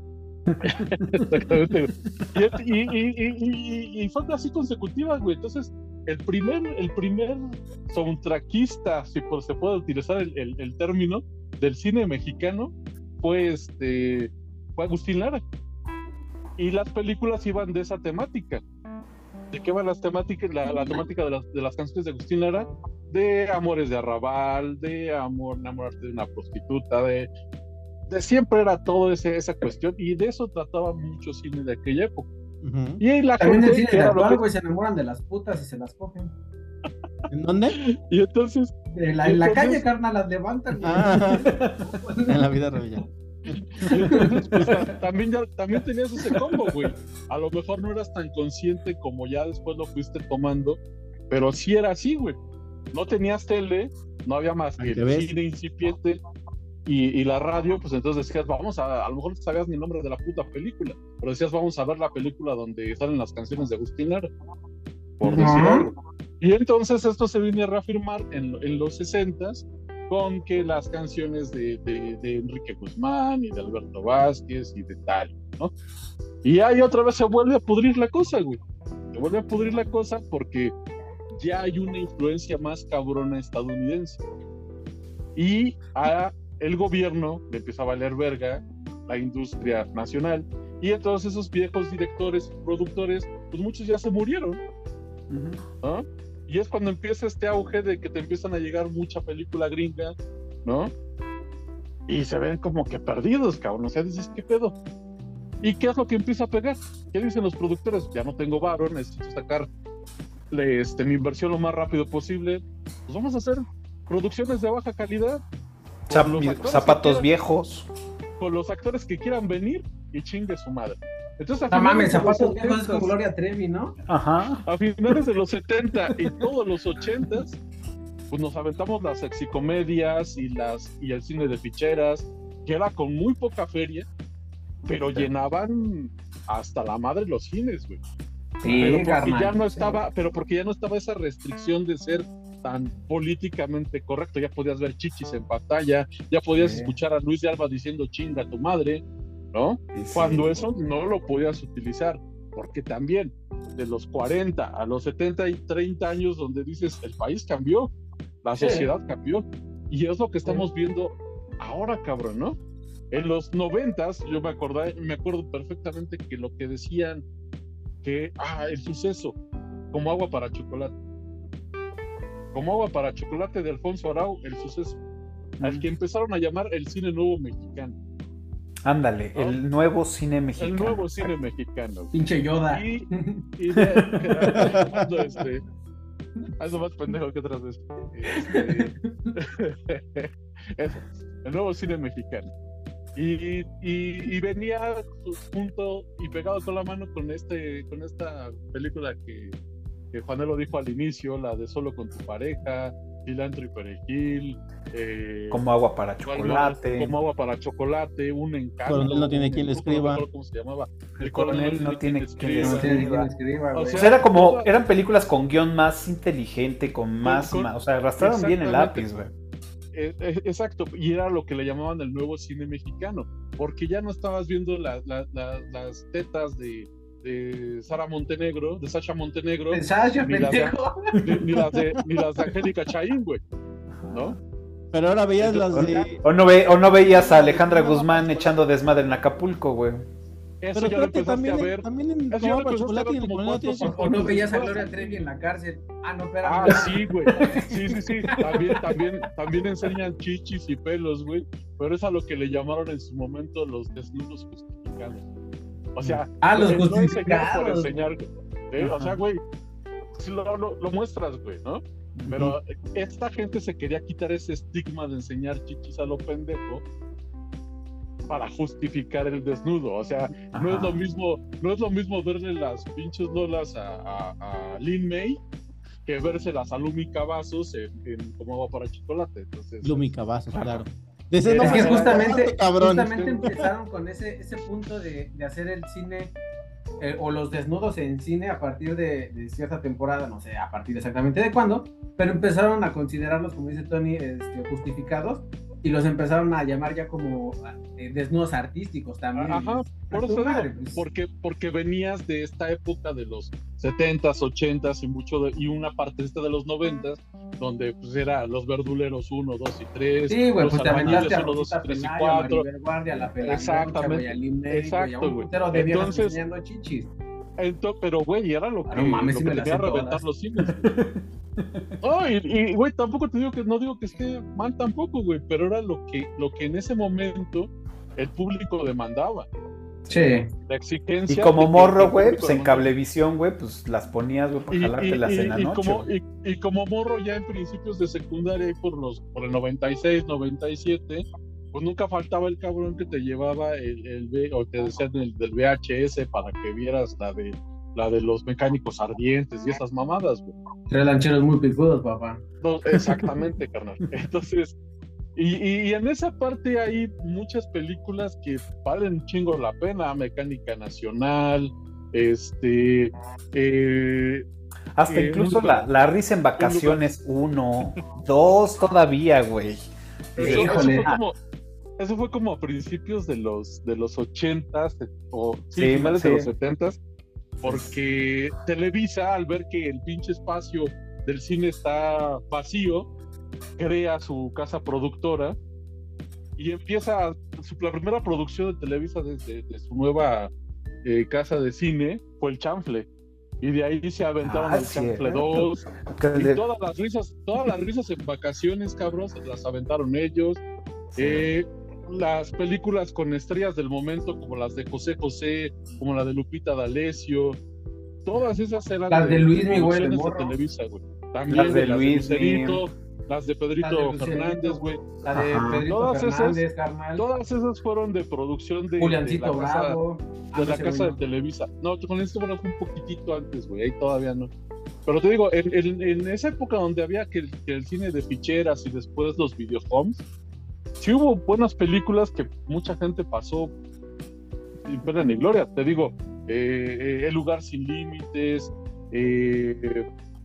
Exactamente. Y, y, y, y, y fue así consecutiva, güey. Entonces, el primer, el primer soundtrackista, si por, se puede utilizar el, el, el término, del cine mexicano fue este fue Agustín Lara. Y las películas iban de esa temática. ¿De qué van las temáticas? La, la temática de las, de las canciones de Agustín Lara, de amores de arrabal, de amor, enamorarte de una prostituta, de, de siempre era todo ese, esa cuestión, y de eso trataba mucho cine de aquella época. Uh-huh. Y la También gente el cine que de era lo actual, que- güey, se enamoran de las putas y se las cogen. ¿En dónde? y entonces De la, en la Entonces- calle, carnal, las levantan. güey. Ah, en la vida real. Y entonces, pues, ta- también, ya, también tenías ese combo, güey. A lo mejor no eras tan consciente como ya después lo fuiste tomando, pero sí era así, güey. No tenías tele, no había más que Ahí te el ves. cine incipiente y, y la radio, pues entonces decías, vamos a, a lo mejor no sabías ni el nombre de la puta película, pero decías, vamos a ver la película donde salen las canciones de Agustín Lara, por Ujú. decir algo. Y entonces esto se viene a reafirmar en, en los sesentas con que las canciones de, de, de Enrique Guzmán y de Alberto Vázquez y de tal, ¿no? Y ahí otra vez se vuelve a pudrir la cosa, güey. Se vuelve a pudrir la cosa porque ya hay una influencia más cabrona estadounidense. Y a el gobierno le empieza a valer verga la industria nacional. Y entonces esos viejos directores y productores, pues muchos ya se murieron, ¿no? Y es cuando empieza este auge de que te empiezan a llegar mucha película gringa, ¿no? Y se ven como que perdidos, cabrón. O sea, dices, ¿qué pedo? ¿Y qué es lo que empieza a pegar? ¿Qué dicen los productores? Ya no tengo varo, necesito sacar este, mi inversión lo más rápido posible. Pues vamos a hacer producciones de baja calidad. Zap- con los actores que zapatos quieran- viejos. Con los actores que quieran venir y chingue su madre. Entonces, a No finales mames, de los zapatos viejos es setentas, con Gloria Trevi, ¿no? Ajá. a finales de los setenta y todos los ochentas, pues nos aventamos las sexicomedias y las y el cine de ficheras, que era con muy poca feria, pero llenaban hasta la madre los cines, güey. Sí, Pero porque carnal. ya no estaba, pero porque ya no estaba esa restricción de ser tan políticamente correcto, ya podías ver chichis en pantalla, ya podías Sí. escuchar a Luis de Alba diciendo chinga tu madre, ¿no? Y sí. Cuando eso no lo podías utilizar, porque también de los cuarenta a los setenta y treinta años donde dices el país cambió, la Sí. sociedad cambió, y es lo que estamos viendo ahora, cabrón, ¿no? En los noventas, yo me acordé, me acuerdo perfectamente que lo que decían que, ah, el suceso, como agua para chocolate, como agua para chocolate de Alfonso Arau, el suceso, al que empezaron a llamar el cine nuevo mexicano, Ándale, ¿no? el nuevo cine el mexicano. nuevo cine mexicano. Pinche Yoda. Y, y de, cuando este, algo más pendejo que otras veces. Este, eso, el nuevo cine mexicano. Y, y, y venía junto y pegado con la mano con este, con esta película que, que Juanelo dijo al inicio, la de Solo con tu pareja, Cilantro y Perejil, eh, Como agua para ¿cuál más? chocolate. Como agua para chocolate, un encanto. Coronel no tiene quien le no escriba. me acuerdo ¿Cómo se llamaba? El coronel no tiene quien le No tiene escriba. quien escriba, O güey. sea, O sea, era como, toda- eran películas con guión más inteligente, con más, con- ma- o sea, arrastraron bien el exactamente. lápiz, güey. Eh, eh, exacto, y era lo que le llamaban el nuevo cine mexicano, porque ya no estabas viendo la- la- la- las tetas de, de Sara Montenegro, de Sasha Montenegro, El Sasha, ni las de- pendejo. ni, ni las de ni las de Angélica Chaín, güey, ¿no? Pero ahora veías las de. O no, ve, o no veías a Alejandra Guzmán echando desmadre en Acapulco, güey. Eso Pero ya lo creo que empezaste también, a ver. también en Eso ya Como lo agua para empezaste a chocolate y ver en el como coronel no tiene cuántos- quien O no le veías a escriba. Gloria Trevi en la cárcel. Ah, no, espérame. Ah, sí, güey. Sí, sí, sí. También, también, también enseñan chichis y pelos, güey. Pero es a lo que le llamaron en su momento los desnudos justificados. O sea, Ah, los no enseñar por justificados. enseñar. ¿eh? O sea, Ajá. güey, sí lo, lo, lo muestras, güey, ¿no? Pero esta gente se quería quitar ese estigma de enseñar chichis a lo pendejo para justificar el desnudo. O sea, no es Ajá. lo mismo, no es lo mismo verle las pinches lolas a, a, a Lin May que vérselas a Lumi Cavazos en, en Como Agua para Chocolate. Entonces, Lumi Cavazos, claro. De ese Es no que me justamente, acuerdo, cabrón. justamente empezaron con ese, ese punto de, de hacer el cine eh, o los desnudos en cine a partir de, de cierta temporada, no sé a partir exactamente de cuándo, pero empezaron a considerarlos, como dice Tony, este, justificados, y los empezaron a llamar ya como eh, desnudos artísticos también. Ajá, por eso madre, digo, pues. porque, porque venías de esta época de los setentas, ochentas y mucho de, y una parte esta de los noventas, donde pues era los verduleros uno, dos y tres, Sí, güey, los pues te aventaste a uno, dos y Rosita tres y Penayo, a cuatro. Maribel Guardia, a la Pelangocha, Exactamente, güey, a Lin May, güey, a exacto, un güey. putero de viejas Entonces, enseñando chichis. Ento- pero güey, era lo Ah, que, no mames, lo sí que me te las quería sé reventar todas. los cines. No, y, y, güey, tampoco te digo que no digo que esté mal tampoco, güey, pero era lo que, lo que en ese momento el público demandaba. Sí. La exigencia. Y como de que morro, el güey, público pues en demandaba. Cablevisión, güey, pues las ponías, güey, para Y, jalártelas y, en la y, noche. como, güey. y, y como morro ya en principios de secundaria y por los por el noventa y seis, noventa y siete, pues nunca faltaba el cabrón que te llevaba el, el V, o te decían el del V H S para que vieras la de la de los mecánicos ardientes y esas mamadas, güey. Tres lancheros muy picudos, papá. No, exactamente, carnal. Entonces, y, y, y en esa parte hay muchas películas que valen un chingo la pena, Mecánica Nacional, este, eh, Hasta eh, incluso un- la, la risa en vacaciones uno, dos todavía, güey. eso, Sí, eso híjole. fue como, eso fue como a principios de los de los ochentas o sí, Sí, finales sí. de los setentas, porque Televisa, al ver que el pinche espacio del cine está vacío, crea su casa productora y empieza su, la primera producción de Televisa desde de su nueva eh, casa de cine fue el Chanfle, y de ahí se aventaron Ah, el Chanfle cierto. dos Que y de- todas las risas, todas las risas en vacaciones, cabrón, se las aventaron ellos. Eh, las películas con estrellas del momento, como las de José José, como la de Lupita D'Alessio, todas esas eran Las de Luismi, güey, de producciones morro. Televisa, güey. También Las de las de Luismi. Lucerito, las de Pedrito Las de Lucerito. Fernández, güey. La de Ajá. Pedrito Todas esas- Fernández, carnal. Todas esas fueron de producción de, Juliancito de la casa, Bravo. Ah, de no, la ese casa güey de no. Televisa. No, con esto bueno, fue un poquitito antes, güey, ahí todavía no. Pero te digo, en, en- en esa época donde había que el, que el cine de ficheras y después los videohomes, sí hubo buenas películas que mucha gente pasó sin pena ni gloria. Te digo, eh, eh, El Lugar Sin Límites, eh,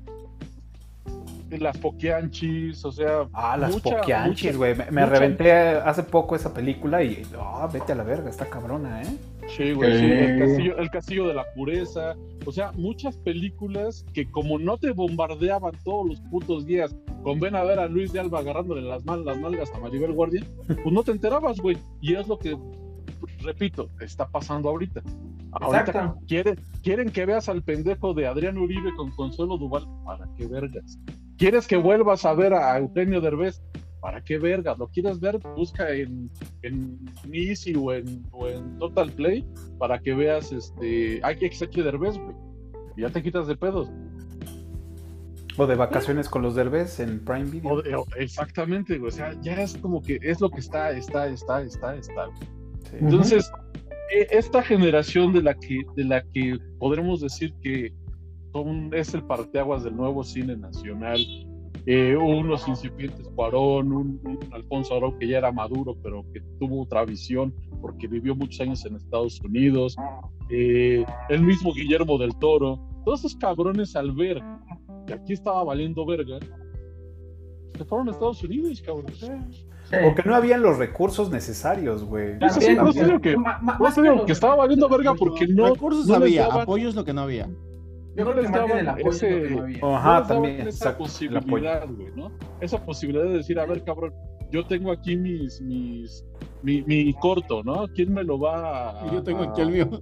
Las Poquianchis, o sea... Ah, las mucha- Poquianchis, mucha- güey. Me, me mucha- reventé hace poco esa película y, ah, vete a la verga, está cabrona, ¿eh? Sí, güey, sí, Eh. el castillo, el castillo de la pureza, o sea, muchas películas que como no te bombardeaban todos los putos días con ven a ver a Luis de Alba agarrándole las, mal, las nalgas a Maribel Guardia, pues no te enterabas, güey, y es lo que, repito, está pasando ahorita. Ahorita Exacto. quieren, quieren que veas al pendejo de Adrián Uribe con Consuelo Duval, ¿para qué vergas? ¿Quieres que vuelvas a ver a Eugenio Derbez? ¿Para qué vergas? ¿Lo quieres ver? Busca en, en Easy o en, o en Total Play para que veas este. Hay que Exequio Derbez, güey. Y ya te quitas de pedos. O de vacaciones con los Derbez en Prime Video. O de- o- exactamente, güey. O sea, ya es como que es lo que está, está, está, está, está. güey. Sí. Entonces, eh, esta generación de la que, de la que podremos decir que son, es el parteaguas del nuevo cine nacional. Eh, unos incipientes Cuarón, un, un Alfonso Arau que ya era maduro, pero que tuvo otra visión porque vivió muchos años en Estados Unidos. Eh, el mismo Guillermo del Toro. Todos esos cabrones al ver que aquí estaba valiendo verga, se fueron a Estados Unidos, cabrón. Sí. O que no habían los recursos necesarios, güey. Eso sí, También, no sé lo que- ma- ma- No más sé, que digo, los que estaba valiendo verga porque no, Recursos no les había, daban- apoyos lo que no había. Yo no creo que les más bien el daban apoyo es lo que ese- no había. Ajá, no les daban también, esa exacto, el apoyo. posibilidad, güey, ¿no? Esa posibilidad de decir, a ver, cabrón, yo tengo aquí mis, mis, mi, mi corto, ¿no? ¿Quién me lo va a...? Y yo tengo aquí el mío.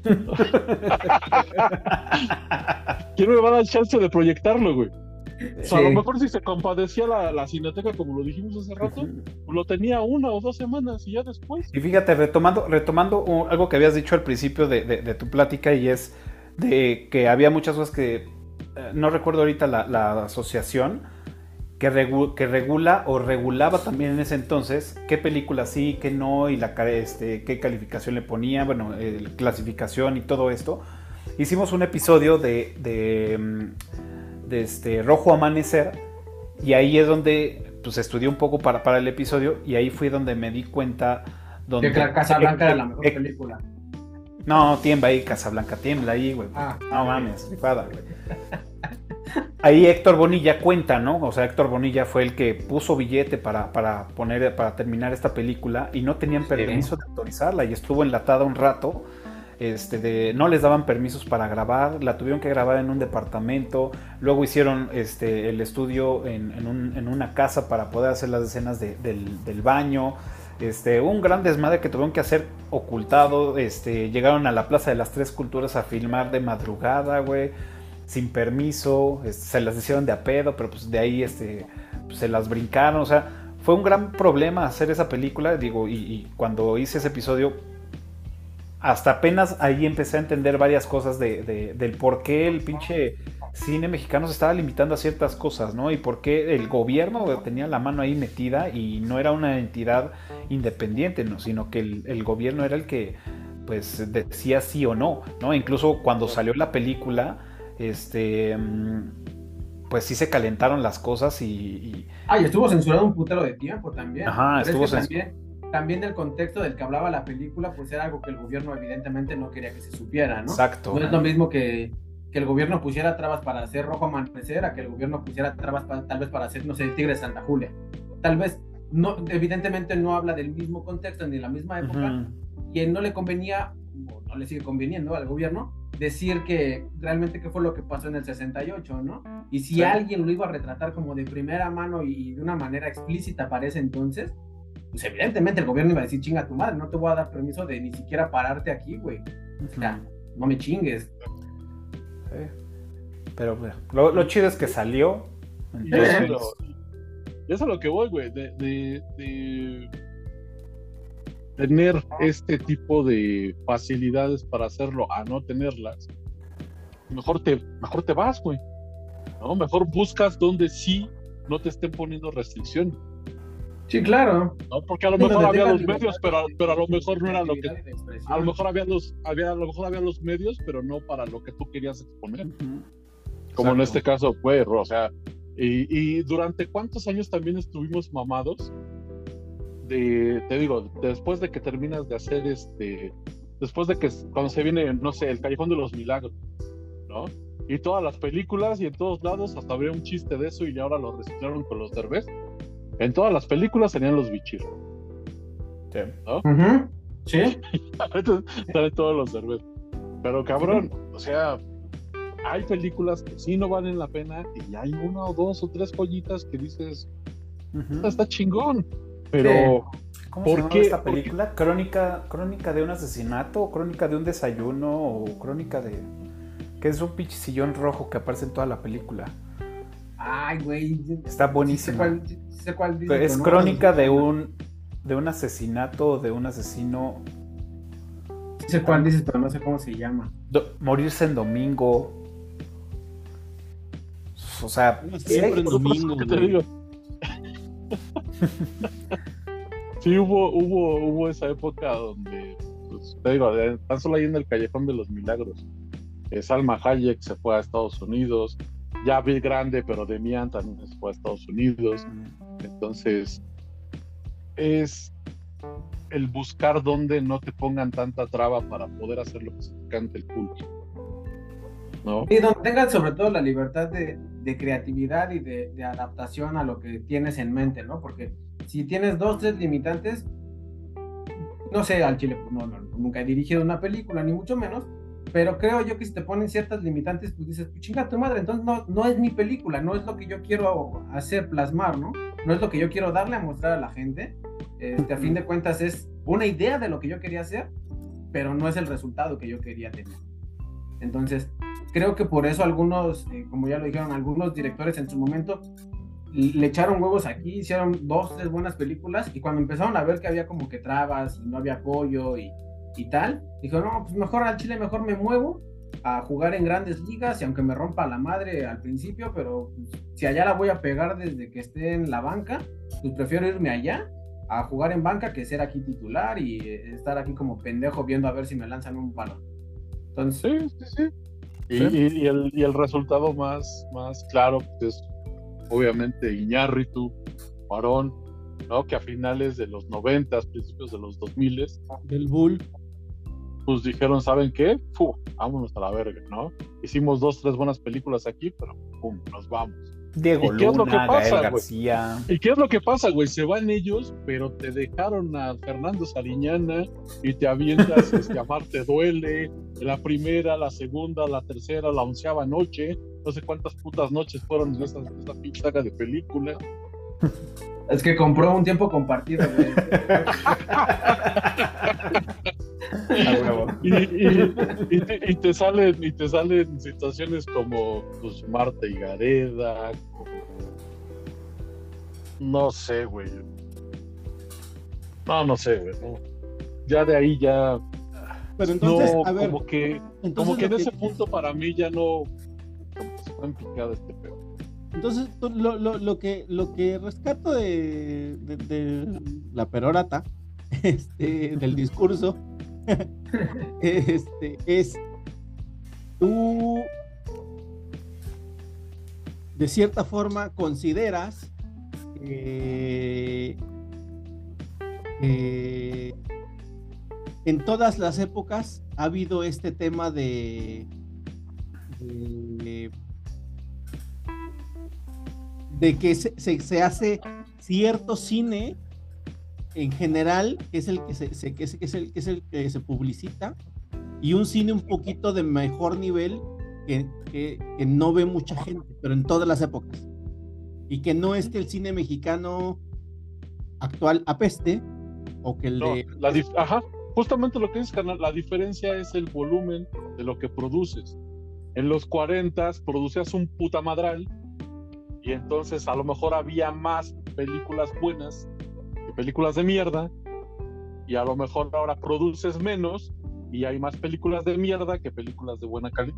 ¿Quién me va a dar chance de proyectarlo, güey? O sea, a lo Sí. mejor si se compadecía la, la cineteca, como lo dijimos hace rato, pues lo tenía una o dos semanas y ya después. Y fíjate, retomando, retomando un- algo que habías dicho al principio de, de- de tu plática, y es de que había muchas cosas que, eh, no recuerdo ahorita la, la asociación, que, regu- que regula o regulaba también en ese entonces qué películas sí, qué no, y la, ca- este, qué calificación le ponía, bueno, eh, clasificación y todo esto. Hicimos un episodio de... de mm, de este Rojo Amanecer, y ahí es donde pues estudié un poco para, para el episodio, y ahí fue donde me di cuenta donde... Que Casablanca eh, era la mejor eh, película. No, tiembla ahí, Casablanca, tiembla ahí, güey. Ah, no mames, rifada, güey. Ahí Héctor Bonilla cuenta, ¿no? O sea, Héctor Bonilla fue el que puso billete para, para poner, para terminar esta película, y no tenían permiso de autorizarla, y estuvo enlatada un rato. Este, de, no les daban permisos para grabar, la tuvieron que grabar en un departamento, luego hicieron este, el estudio en, en, un, en una casa para poder hacer las escenas de, del, del baño. Este, un gran desmadre que tuvieron que hacer ocultado. Este, llegaron a la Plaza de las Tres Culturas a filmar de madrugada, güey, sin permiso. Este, se las hicieron de a pedo, pero pues de ahí este, pues, se las brincaron. O sea, fue un gran problema hacer esa película, digo, y, y cuando hice ese episodio, hasta apenas ahí empecé a entender varias cosas de, de, del por qué el pinche cine mexicano se estaba limitando a ciertas cosas, ¿no? Y por qué el gobierno tenía la mano ahí metida y no era una entidad independiente, ¿no? Sino que el, el gobierno era el que, pues, decía sí o no, ¿no? Incluso cuando salió la película, este, pues sí se calentaron las cosas y... y... Ah, y estuvo censurado un putero de tiempo también. Ajá, Pero estuvo es que censurado. También, también el contexto del que hablaba la película, pues era algo que el gobierno evidentemente no quería que se supiera, ¿no? Exacto. No es lo mismo que, que el gobierno pusiera trabas para hacer Rojo Amanecer, a que el gobierno pusiera trabas para, tal vez para hacer, no sé, el Tigre de Santa Julia. Tal vez, no, evidentemente no habla del mismo contexto ni de la misma época, uh-huh. Y no le convenía, o no le sigue conveniendo al gobierno, decir que realmente qué fue lo que pasó en el sesenta y ocho, ¿no? Y si sí. alguien lo iba a retratar como de primera mano y, y de una manera explícita para ese entonces, pues evidentemente el gobierno iba a decir, chinga tu madre, no te voy a dar permiso de ni siquiera pararte aquí, güey. Uh-huh. O sea, no me chingues. Sí. Pero bueno, lo, lo chido es que salió. Entonces... Y eso, eso es a lo que voy, güey, de, de, de tener este tipo de facilidades para hacerlo a no tenerlas, mejor te, mejor te vas, güey. ¿No? Mejor buscas donde sí no te estén poniendo restricciones. Sí, claro. No, porque a lo mejor había los medios, pero, pero a lo mejor no era lo que... A lo mejor había los, había, a lo mejor había los medios, pero no para lo que tú querías exponer. Uh-huh. Como Exacto. En este caso fue, o sea, y, y durante cuántos años también estuvimos mamados de, te digo, después de que terminas de hacer este, después de que cuando se viene, no sé, el Callejón de los Milagros, ¿no? Y todas las películas y en todos lados hasta habría un chiste de eso y ahora lo reciclaron con los Derbez. En todas las películas tenían los bichir. Sí. ¿No? Uh-huh. Sí. Salen todos los Derbez. Pero cabrón, sí. O sea, hay películas que sí no valen la pena y hay una o dos o tres joyitas que dices, uh-huh. Está chingón. Pero, sí. ¿Cómo ¿por se llama qué? Esta película? ¿Crónica, ¿Crónica de un asesinato? ¿O crónica de un desayuno? ¿O crónica de...? Que es un pinche sillón rojo que aparece en toda la película. Ay, güey. Está buenísimo. Sé cuál, sé cuál dice, es no, crónica de un de un asesinato, de un asesino. Sé cuál dices, pero no sé cómo se llama. Do, morirse en domingo. O sea, siempre en domingo. ¿Qué te digo? Sí, hubo, hubo, hubo esa época donde, pues, te digo, tan solo ahí en el Callejón de los Milagros. Eh, Salma Hayek se fue a Estados Unidos. Ya Bill Grande, pero Demian también se fue a Estados Unidos. Entonces, es el buscar donde no te pongan tanta traba para poder hacer lo que se te cante el culo, ¿no? Y donde tengan sobre todo la libertad de, de creatividad y de, de adaptación a lo que tienes en mente, ¿no? Porque si tienes dos, tres limitantes, no sé, al chile, no, no, nunca he dirigido una película, ni mucho menos, pero creo yo que si te ponen ciertas limitantes, pues dices, pues chinga tu madre, entonces no, no es mi película, no es lo que yo quiero hacer, plasmar, ¿no? No es lo que yo quiero darle a mostrar a la gente. Este, a fin de cuentas es una idea de lo que yo quería hacer, pero no es el resultado que yo quería tener. Entonces, creo que por eso algunos, eh, como ya lo dijeron, algunos directores en su momento le echaron huevos aquí, hicieron dos, tres buenas películas, y cuando empezaron a ver que había como que trabas y no había apoyo y y tal, dijo, no, pues mejor al Chile, mejor me muevo a jugar en grandes ligas, y aunque me rompa la madre al principio, pero pues, si allá la voy a pegar desde que esté en la banca, pues prefiero irme allá a jugar en banca que ser aquí titular y estar aquí como pendejo viendo a ver si me lanzan un balón. Entonces, sí, sí, sí. Y, y, y, el, y el resultado más, más claro pues, es obviamente Iñárritu, Cuarón, ¿no? Que a finales de los noventas, principios de los dos miles, Del Bull. Pues dijeron, ¿saben qué? Fu, vámonos a la verga, ¿no? Hicimos dos, tres buenas películas aquí, pero pum, nos vamos. Diego ¿Y qué es lo Luna, que pasa, Gael güey? García. ¿Y qué es lo que pasa, güey? Se van ellos, pero te dejaron a Fernando Sariñana y te avientas este, Amar te duele, la primera, la segunda, la tercera, la onceava noche, no sé cuántas putas noches fueron en esa, esa pinche saga de película. Es que compró un tiempo compartido, güey. y, y, y, te, y te salen y te salen situaciones como pues Marta y Gareda, como... no sé, güey. No, no sé, güey. No. Ya de ahí ya. Pero entonces, no, a ver, como que, entonces como que en lo ese que- punto para mí ya no. Como que se fue en picada este pedo. Entonces, tú- lo, lo, lo, que, lo que rescato de, de, de la perorata, este, del discurso, este, es tú, de cierta forma, consideras que eh, en todas las épocas ha habido este tema de, de de que se, se, se hace cierto cine en general, que es el que se, se- que es, que es el, que es el que se publicita, y un cine un poquito de mejor nivel que, que, que no ve mucha gente, pero en todas las épocas. Y que no es que el cine mexicano actual apeste, o que el No, de... la dif- ajá, justamente lo que dices, carnal, la diferencia es el volumen de lo que produces. En los cuarentas producías un puta madral y entonces a lo mejor había más películas buenas que películas de mierda, y a lo mejor ahora produces menos y hay más películas de mierda que películas de buena calidad.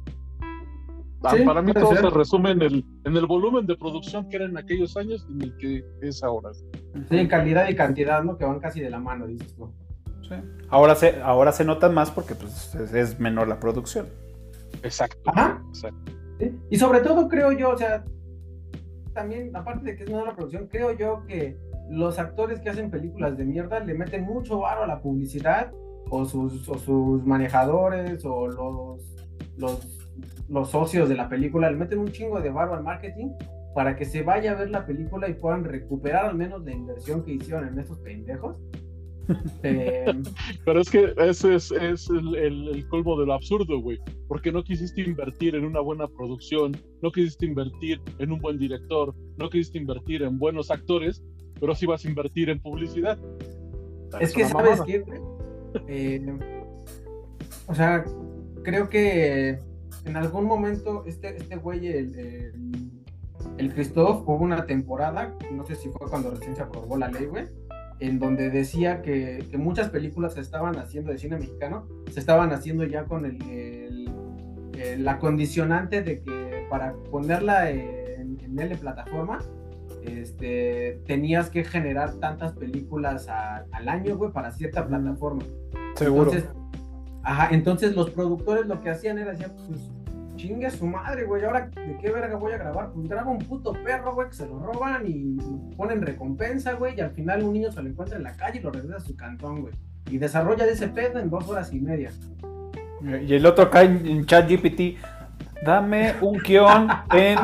Sí, Para mí puede todo ser. se resume en el, en el volumen de producción que era en aquellos años y en el que es ahora. Sí, calidad y cantidad, ¿no? Que van casi de la mano, dices tú. Sí. Ahora se, ahora se notan más porque pues, es, es menor la producción. Exacto. Ajá. Exacto. ¿Sí? Y sobre todo creo yo, o sea, también, aparte de que es menor la producción, creo yo que los actores que hacen películas de mierda le meten mucho varo a la publicidad, o sus, o sus manejadores, o los, los, los socios de la película, le meten un chingo de varo al marketing para que se vaya a ver la película y puedan recuperar al menos la inversión que hicieron en estos pendejos. Eh, Pero es que ese es, es el, el, el colmo de lo absurdo, güey. Porque no quisiste invertir en una buena producción, no quisiste invertir en un buen director, no quisiste invertir en buenos actores, pero sí vas a invertir en publicidad. Es que, ¿sabes qué? Eh, o sea, creo que en algún momento este, este güey, el, el, el Christoph, hubo una temporada, no sé si fue cuando recién se aprobó la ley, güey, en donde decía que, que muchas películas se estaban haciendo de cine mexicano, se estaban haciendo ya con el, el, el la condicionante de que para ponerla en, en L plataforma, este, tenías que generar tantas películas a, al año, güey, para cierta plataforma. Seguro. Entonces, ajá, entonces los productores lo que hacían era decir, pues, chingue a su madre, güey, ahora de qué verga voy a grabar, pues graba un puto perro, güey, que se lo roban y ponen recompensa, güey, y al final un niño se lo encuentra en la calle y lo regresa a su cantón, güey, y desarrolla de ese pedo en dos horas y media. Y el otro acá en, en ChatGPT, dame un guión en...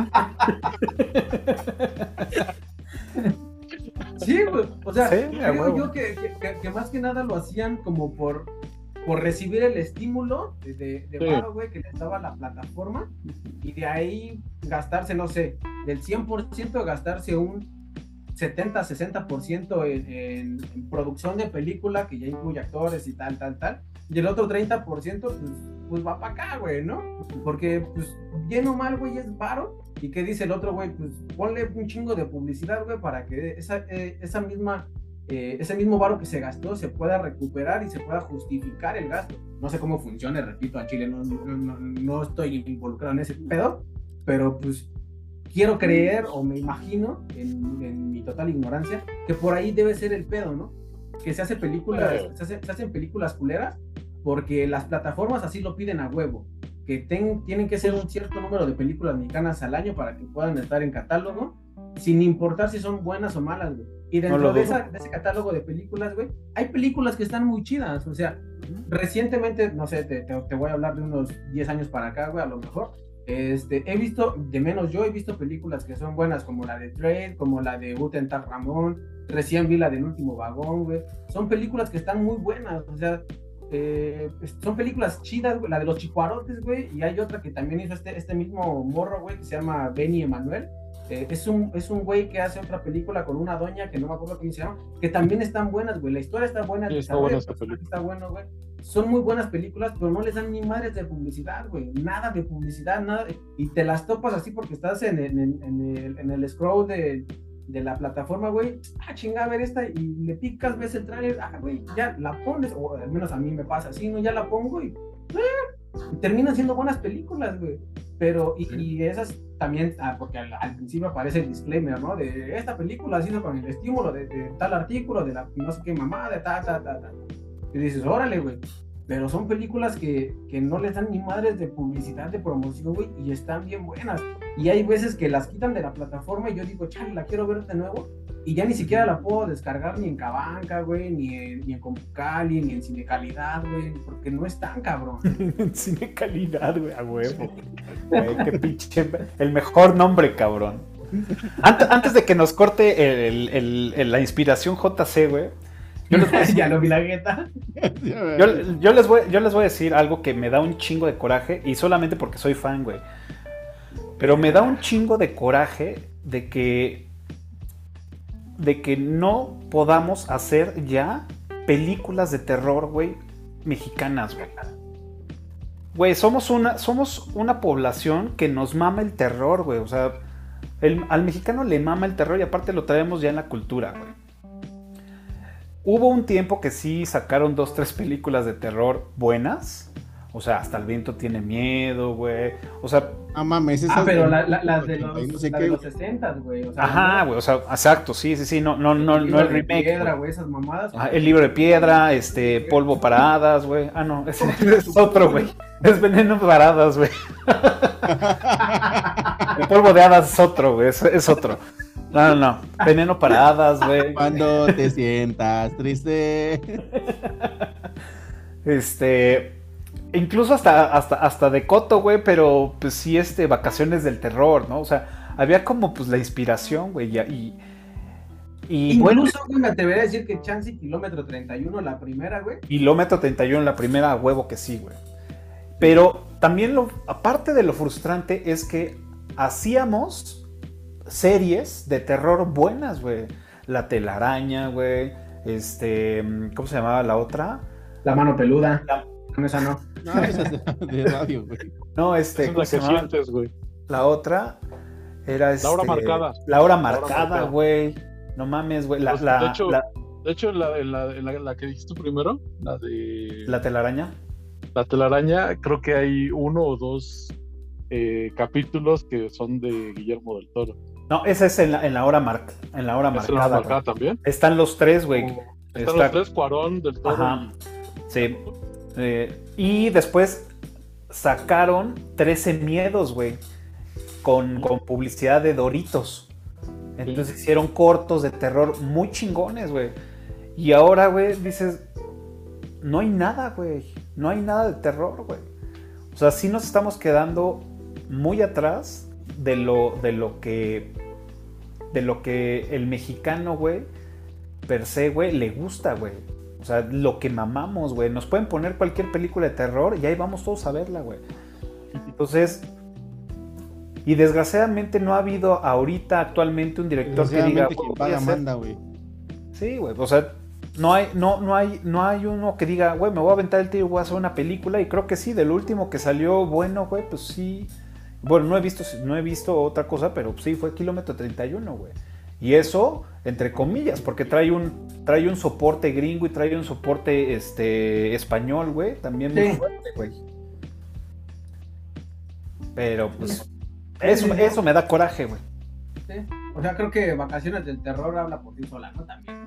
Sí, güey, o sea, Sí, a creo huevo. yo que, que, que más que nada lo hacían como por, por recibir el estímulo de, de, de Sí. varo, güey, que les daba la plataforma, y de ahí gastarse, no sé, del cien por ciento gastarse un setenta, sesenta por ciento en, en, en producción de película, que ya incluye actores y tal, tal, tal, y el otro treinta por ciento, pues, pues va para acá, güey, ¿no? Porque, pues, bien o mal, güey, es varo. ¿Y qué dice el otro, güey? Pues ponle un chingo de publicidad, güey, para que esa, eh, esa misma, eh, ese mismo varo que se gastó se pueda recuperar y se pueda justificar el gasto. No sé cómo funcione, repito, a Chile no, no, no, no estoy involucrado en ese pedo, pero pues quiero creer o me imagino, en, en mi total ignorancia, que por ahí debe ser el pedo, ¿no? Que se hace películas, Eh. se, hace, se hacen películas culeras porque las plataformas así lo piden a huevo. Que que ten, tienen que ser un cierto número de películas mexicanas al año para que puedan estar en catálogo, sin importar si son buenas o malas, güey. Y dentro No de, esa, de ese catálogo de películas, güey, hay películas que están muy chidas. O sea, recientemente, no sé, te, te, te voy a hablar de unos diez años para acá, güey, a lo mejor. Este, he visto, de menos yo, he visto películas que son buenas, como la de Trade, como la de Guten Tag Ramón, recién vi la del Último Vagón, güey. Son películas que están muy buenas, o sea, eh, son películas chidas, güey, la de los Chicuarotes, güey, y hay otra que también hizo este, este mismo morro, güey, que se llama Benny Emanuel. Eh, es un es un güey que hace otra película con una doña que no me acuerdo cómo se llama, que también están buenas, güey. La historia está buena, Sí, el está desarrollo buena del esa personaje película. está bueno, güey. Son muy buenas películas, pero no les dan ni madres de publicidad, güey. Nada de publicidad, nada. De... Y te las topas así porque estás en, en, en, en, el, en el scroll de, de la plataforma, güey. Ah, chinga, a ver esta. Y le picas, ves el trailer. Ah, güey, ya la pones. O al menos a mí me pasa así, ¿no? Ya la pongo y... Eh, y terminan siendo buenas películas, güey. Pero, y, y esas también, ah, porque al, al principio aparece el disclaimer, ¿no? De esta película ha sido con el estímulo de, de tal artículo, de la no sé qué mamá, de ta, ta, ta, ta. Y dices, órale, güey. Pero son películas que, que no les dan ni madres de publicidad, de promoción, güey, y están bien buenas. Y hay veces que las quitan de la plataforma y yo digo, chale, la quiero ver de nuevo. Y ya ni siquiera la puedo descargar ni en Cabanca, güey, ni en, ni en Compucali, ni en Cine Calidad, güey, porque no están, cabrón. En Cine Calidad, güey, a huevo. Güey, qué pinche. El mejor nombre, cabrón. Antes, antes de que nos corte el, el, el, la inspiración J C, güey. Yo les voy a decir, ya lo vi la gueta. yo, yo, les voy, yo les voy a decir algo que me da un chingo de coraje, y solamente porque soy fan, güey. Pero me da un chingo de coraje de que. de que no podamos hacer ya películas de terror, güey, mexicanas, güey. Güey, somos una, somos una población que nos mama el terror, güey. O sea, el, al mexicano le mama el terror y aparte lo traemos ya en la cultura, güey. Hubo un tiempo que sí sacaron dos, tres películas de terror buenas. O sea, Hasta el viento tiene miedo, güey. O sea... Ah, mames. Ah, pero la, la, las de los, no sé la qué, de los sesenta, güey. O sea, ajá, güey. O sea, exacto. Sí, sí, sí. No, no, no, el no el libro de remake. piedra, güey. güey, esas mamadas. Ah, el libro de piedra, este, polvo para hadas, güey. Ah, no, ese es otro, güey. Es veneno para hadas, güey. El polvo de hadas es otro, güey. Es, es otro. No, no, no. Veneno para hadas, güey. Cuando te sientas triste. Este. Incluso hasta, hasta, hasta de coto, güey, pero pues sí, este, vacaciones del terror, ¿no? O sea, había como pues la inspiración, güey, y... y Incluso, güey, me atrevería a decir que Chance y Kilómetro treinta y uno, la primera, güey. Kilómetro treinta y uno, la primera, a huevo que sí, güey. Pero también, lo, aparte de lo frustrante, es que hacíamos series de terror buenas, güey. La telaraña, güey. Este, ¿cómo se llamaba la otra? La mano peluda. La... No, esa no. No, esa es de, de radio, güey. No, este, es la que sientes, güey. La otra era este... La hora marcada. La hora marcada, güey. No mames, güey. La, Pues, la, de hecho, la, de hecho la, la, la, la que dijiste primero, la de... La telaraña. La telaraña, creo que hay uno o dos eh, capítulos que son de Guillermo del Toro. No, esa es en la, en la hora, mar, en la hora ¿Es marcada. en la hora marcada también? Están los tres, güey. Están Está... los tres, Cuarón, del Toro. Ajá. Y... Sí. Eh, y después sacaron trece miedos, güey. Con, con publicidad de Doritos. Entonces sí. Hicieron cortos de terror muy chingones, güey. Y ahora, güey, dices... No hay nada, güey. No hay nada de terror, güey. O sea, sí nos estamos quedando muy atrás de lo, de lo que... De lo que el mexicano, güey, per se, güey, le gusta, güey. O sea, lo que mamamos, güey. Nos pueden poner cualquier película de terror y ahí vamos todos a verla, güey. Entonces... Y desgraciadamente no ha habido ahorita, actualmente, un director que diga... quien paga manda, güey. Sí, güey. O sea, no hay, no, no hay, no hay uno que diga, güey, me voy a aventar el tiro y voy a hacer una película. Y creo que sí, del último que salió bueno, güey, pues sí. Bueno, no he visto, no he visto otra cosa, pero sí fue Kilómetro treinta y uno, güey. Y eso, entre comillas, porque trae un, trae un soporte gringo y trae un soporte este, español, güey. También muy sí. fuerte, güey. Pero, pues... Eso, eso me da coraje, güey. Sí. O sea, creo que Vacaciones del Terror habla por sí sola, ¿no? También.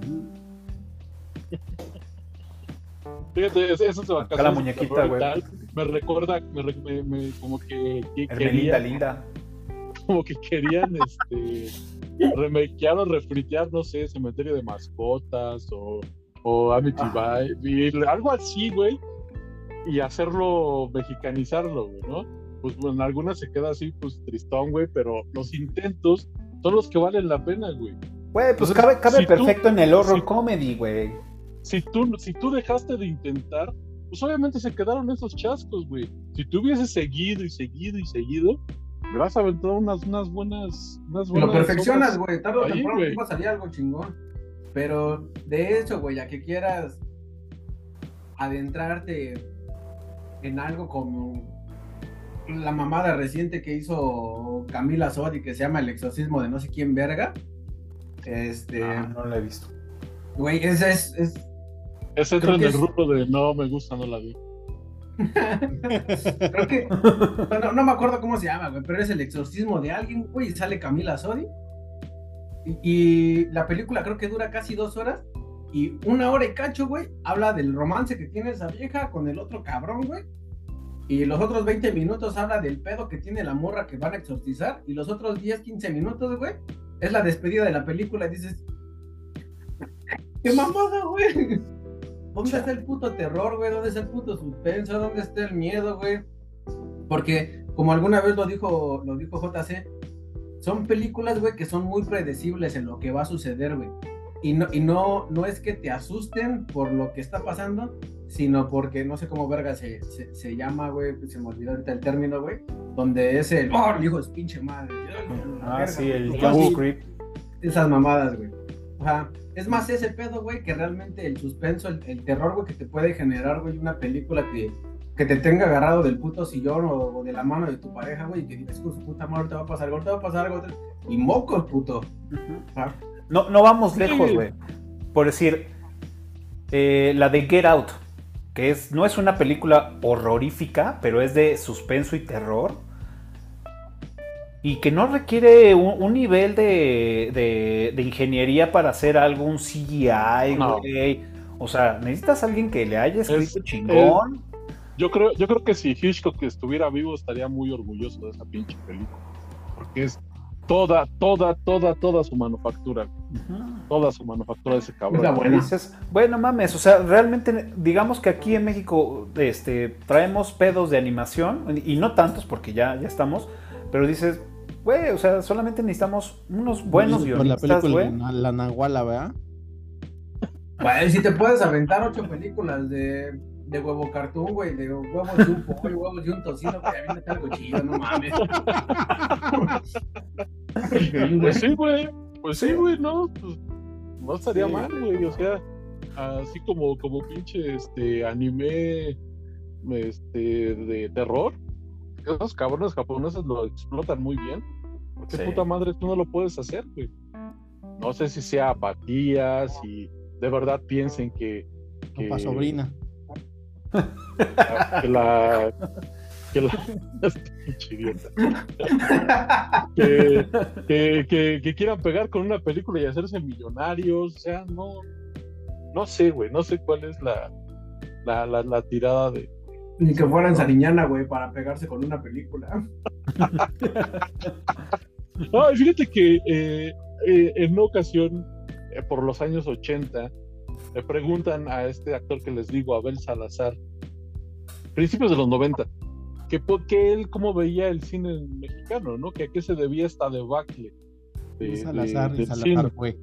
Fíjate, eso es de Vacaciones la muñequita, güey. me recuerda, me, me, me, como que, que Hermelinda querían, linda. como que querían este, remakear o refritear, no sé, Cementerio de Mascotas o, o Amityville, algo así, güey, y hacerlo, mexicanizarlo, güey, ¿no? Pues bueno, en algunas se queda así, pues tristón, güey, pero los intentos son los que valen la pena, güey. Güey, pues Entonces, cabe, cabe si perfecto tú- en el horror si- comedy, güey. Si tú, si tú dejaste de intentar, pues obviamente se quedaron esos chascos, güey. Si tú hubieses seguido y seguido y seguido, le vas a aventar unas, unas buenas, unas Lo buenas perfeccionas, obras güey. Tarde o ahí, temprano güey. te va a salir algo chingón. Pero de eso, güey, a que quieras adentrarte en algo como la mamada reciente que hizo Camila Sodi, que se llama El exorcismo de no sé quién verga. Este, Ah, no lo he visto. güey, ese es, es Ese entra creo en que el es- rubro de no me gusta, no la vi. creo que, no, no me acuerdo cómo se llama, güey, pero es el exorcismo de alguien, güey, y sale Camila Sodi. Y, y la película creo que dura casi dos horas. Y una hora y cacho, güey, habla del romance que tiene esa vieja con el otro cabrón, güey. Y los otros veinte minutos habla del pedo que tiene la morra que van a exorcizar. Y los otros diez, quince minutos, güey, es la despedida de la película. Y dices, ¡qué mamada, güey! ¿Dónde está el puto terror, güey? ¿Dónde está el puto suspenso? ¿Dónde está el miedo, güey? Porque, como alguna vez lo dijo, lo dijo J C, son películas, güey, que son muy predecibles en lo que va a suceder, güey. Y no, y no, no es que te asusten por lo que está pasando, sino porque no sé cómo verga se, se, se llama, güey, se me olvidó ahorita el término, güey, donde es el, oh, hijo es pinche madre. Ah, Verga, sí, el güey. jump script. Esas mamadas, güey. Ajá. Es más ese pedo, güey, que realmente el suspenso, el, el terror, güey, que te puede generar, güey, una película que, que te tenga agarrado del puto sillón o, o de la mano de tu pareja, güey, y que digas, con su puta madre, ahorita va a pasar algo, ahorita va a pasar algo, ahorita- y mocos, puto. Ajá. No, no vamos lejos, Sí. güey. Por decir, eh, la de Get Out, que es, no es una película horrorífica, pero es de suspenso y terror. Y que no requiere un, un nivel de, de, de ingeniería para hacer algo, un C G I, No. güey. O sea, necesitas a alguien que le haya escrito Es- chingón. Yo creo, yo creo que si Hitchcock estuviera vivo estaría muy orgulloso de esa pinche película. Porque es toda, toda, toda, toda su manufactura. Ujú. Toda su manufactura de ese cabrón. Está bueno. Dices, bueno, mames, o sea, realmente, digamos que aquí en México este, traemos pedos de animación, y no tantos porque ya, ya estamos, pero dices, güey, o sea, solamente necesitamos unos buenos Por la guionistas, película güey. La, la Nahuala, ¿verdad? Güey, si te puedes aventar ocho películas de, de huevo cartoon, güey, de huevos de un pollo, huevos de un tocino, güey, aviéntate algo chido, no mames. Pues sí, güey. Pues sí, güey, no. Pues, no estaría Sí. mal, güey. O sea, así como, como pinche este anime este de terror. Esos cabrones japoneses lo explotan muy bien. Porque Sí. puta madre tú no lo puedes hacer, güey. No sé si sea apatía, si de verdad piensen que. que Opa, sobrina. que la. Que la. Este pinche idiota. que, que, que, que quieran pegar con una película y hacerse millonarios, o sea, no, no sé, güey, no sé cuál es la, la, la, la tirada de... Ni que fueran Sariñana, güey, para pegarse con una película. No, fíjate que eh, eh, en una ocasión, eh, por los años ochenta, le preguntan a este actor que les digo, Abel Salazar, principios de los noventa, que por qué él cómo veía el cine mexicano, ¿no? Que a qué se debía esta debacle de, Y Salazar, de- y del Salazar cine. fue.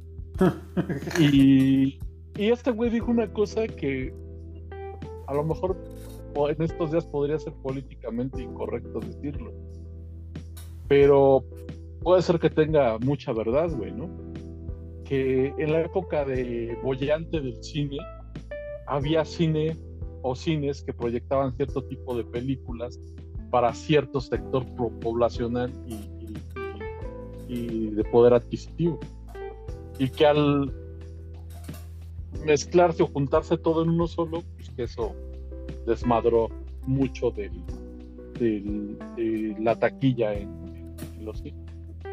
Y, y este güey dijo una cosa que a lo mejor o en estos días podría ser políticamente incorrecto decirlo, pero puede ser que tenga mucha verdad, güey, ¿no? Que en la época de bollante del cine había cine o cines que proyectaban cierto tipo de películas para cierto sector pro- poblacional y, y- y- y de poder adquisitivo, y que al mezclarse o juntarse todo en uno solo, pues que eso desmadró mucho del, del- de la taquilla en, en los cines.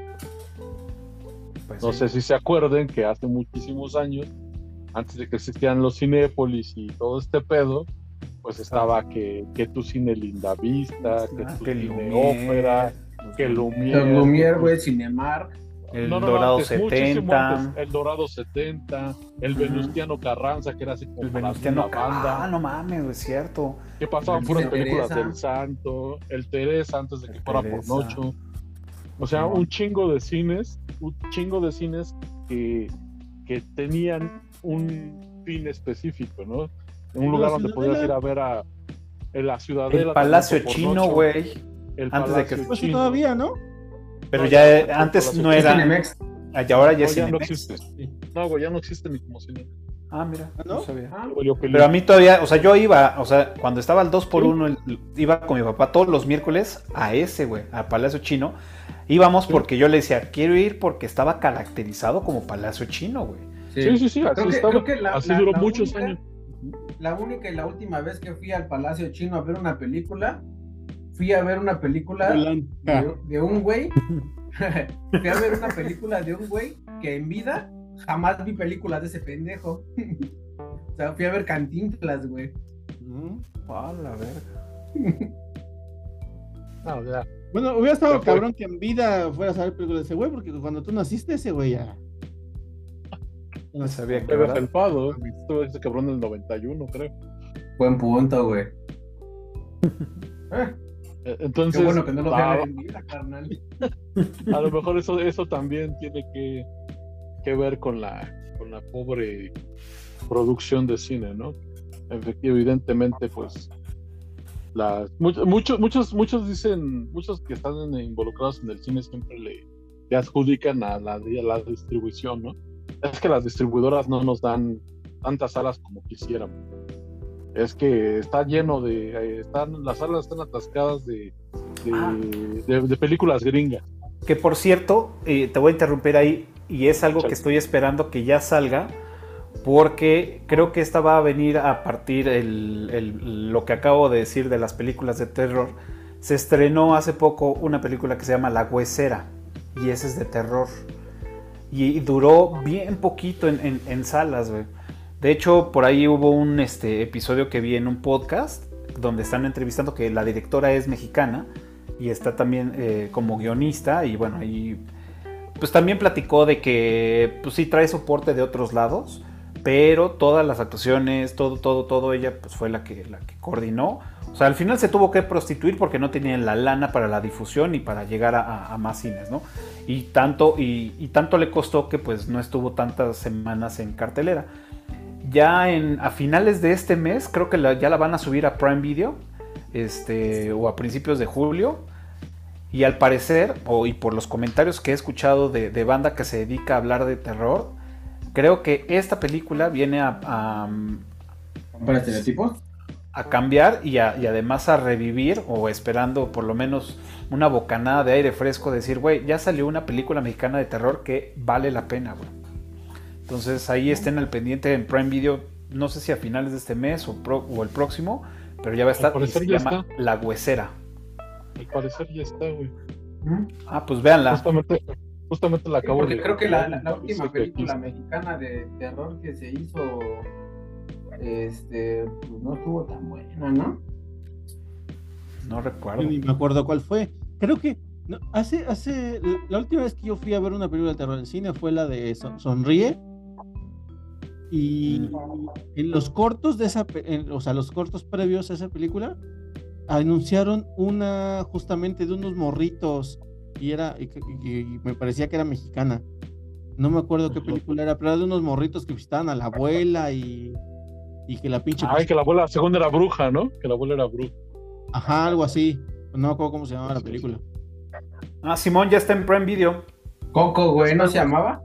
Pues No sí. sé si se acuerden que hace muchísimos años, antes de que existieran los Cinépolis y todo este pedo, pues estaba que, que tu cine Lindavista, que Ah, tu que cine Lumière, Ópera, que Lumière. El Lumière, que- güey, Cinemark. el No, no, Dorado antes, muchísimo setenta, antes, el Dorado setenta, el Ujú. Venustiano Carranza, que era así como el para Venustiano. una banda, Ah, no mames, güey, es cierto. que pasaban el puras de películas Teresa. del Santo, el Teresa antes de que El fuera Teresa. por Nocho. O sea, Simón. un chingo de cines, un chingo de cines que, que tenían un fin específico, ¿no? En un ¿La lugar donde podías ir Ciudadela? a ver a en la Ciudadela. El Palacio también, por Chino, Nocho, güey. El antes de que- Palacio Pues Chino. todavía, ¿no? Pero No, ya ya eh, no, antes Palacio no Chino. era. Cinemex. Ah, y ahora ya No, es ya no Cinemex. existe. No, güey, ya no existe ni como cine. Ah, mira, ¿Ah, no no? sabía. Ah, Valió Pero película. a mí todavía, o sea, yo iba, o sea, cuando estaba el dos por uno, iba con mi papá todos los miércoles a ese, güey, a Palacio Chino. Íbamos Sí. porque yo le decía, quiero ir porque estaba caracterizado como Palacio Chino, güey. Sí, sí, sí, así Creo que- estaba. creo que la- así la- duró la muchos única- años. La única y la última vez que fui al Palacio Chino a ver una película, fui a ver una película Blanca. de, de un güey. Fui a ver una película de un güey que en vida jamás vi películas de ese pendejo. O sea, fui a ver Cantinflas, güey. Mm. A la verga. No, ya. Bueno, hubiera estado Ya fue. cabrón que en vida fueras a ver películas de ese güey, porque cuando tú naciste, ese güey ya. No sabía que, Te había ¿verdad? felpado. Estuve ese cabrón en el noventa y uno, creo. Buen punto, güey. Eh, Eh, Entonces, qué bueno que no lo a, vean en vida, carnal. a lo mejor eso, eso también tiene que, que ver con la, con la pobre producción de cine, ¿no? Efectivamente, evidentemente, pues, las, muchos, muchos, muchos, muchos dicen, muchos que están en- involucrados en el cine siempre le, le adjudican a la, a la distribución, ¿no? Es que las distribuidoras no nos dan tantas salas como quisiéramos. Es que está lleno de, eh, están, las salas están atascadas de, de, Ah. de, de películas gringas. Que por cierto, eh, te voy a interrumpir ahí, y es algo Sí. que estoy esperando que ya salga, porque creo que esta va a venir a partir el, el- lo que acabo de decir de las películas de terror. Se estrenó hace poco una película que se llama La Huesera, y ese es de terror. Y duró bien poquito en, en- en salas, güey. De hecho, por ahí hubo un este, episodio que vi en un podcast donde están entrevistando que la directora es mexicana y está también eh, como guionista, y bueno, ahí pues también platicó de que pues sí trae soporte de otros lados, pero todas las actuaciones, todo, todo, todo, ella pues fue la que, la que coordinó. O sea, al final se tuvo que prostituir porque no tenían la lana para la difusión y para llegar a, a- a más cines, ¿no? Y tanto, y, y tanto le costó que pues no estuvo tantas semanas en cartelera. Ya en, a finales de este mes, creo que la- ya la van a subir a Prime Video, este, o a principios de julio. Y al parecer, o y por los comentarios que he escuchado de, de banda que se dedica a hablar de terror, creo que esta película viene a, a, ¿Para estereotipos? a cambiar y, a- y además a revivir, o esperando por lo menos una bocanada de aire fresco, decir, güey, ya salió una película mexicana de terror que vale la pena, güey. Entonces ahí estén al pendiente en Prime Video, no sé si a finales de este mes o, pro- o el próximo, pero ya va a estar, Al y se parecer ya llama La Huesera. Al parecer ya está, güey. ¿Mm? Ah, pues véanla. Justamente, justamente la Sí, acabo porque de creo que la, la- la dice última que película aquí- mexicana de terror que se hizo, este, pues no estuvo tan buena, ¿no? No recuerdo. Yo ni me acuerdo cuál fue. Creo que no, hace, hace, la última vez que yo fui a ver una película de terror en cine fue la de Son- Sonríe. Y en los cortos de esa, pe- en- o sea, los cortos previos a esa película, anunciaron una justamente de unos morritos y era, y, que- y- y me parecía que era mexicana. No me acuerdo qué película era, pero era de unos morritos que visitaban a la abuela y, y que la pinche. Ay, que la abuela segunda era bruja, ¿no? Que la abuela era bruja. Ajá, algo así. No me acuerdo cómo se llamaba la Sí, película. Ah, Simón ya está en Prime Video. Coco, güey, ¿no se llamaba?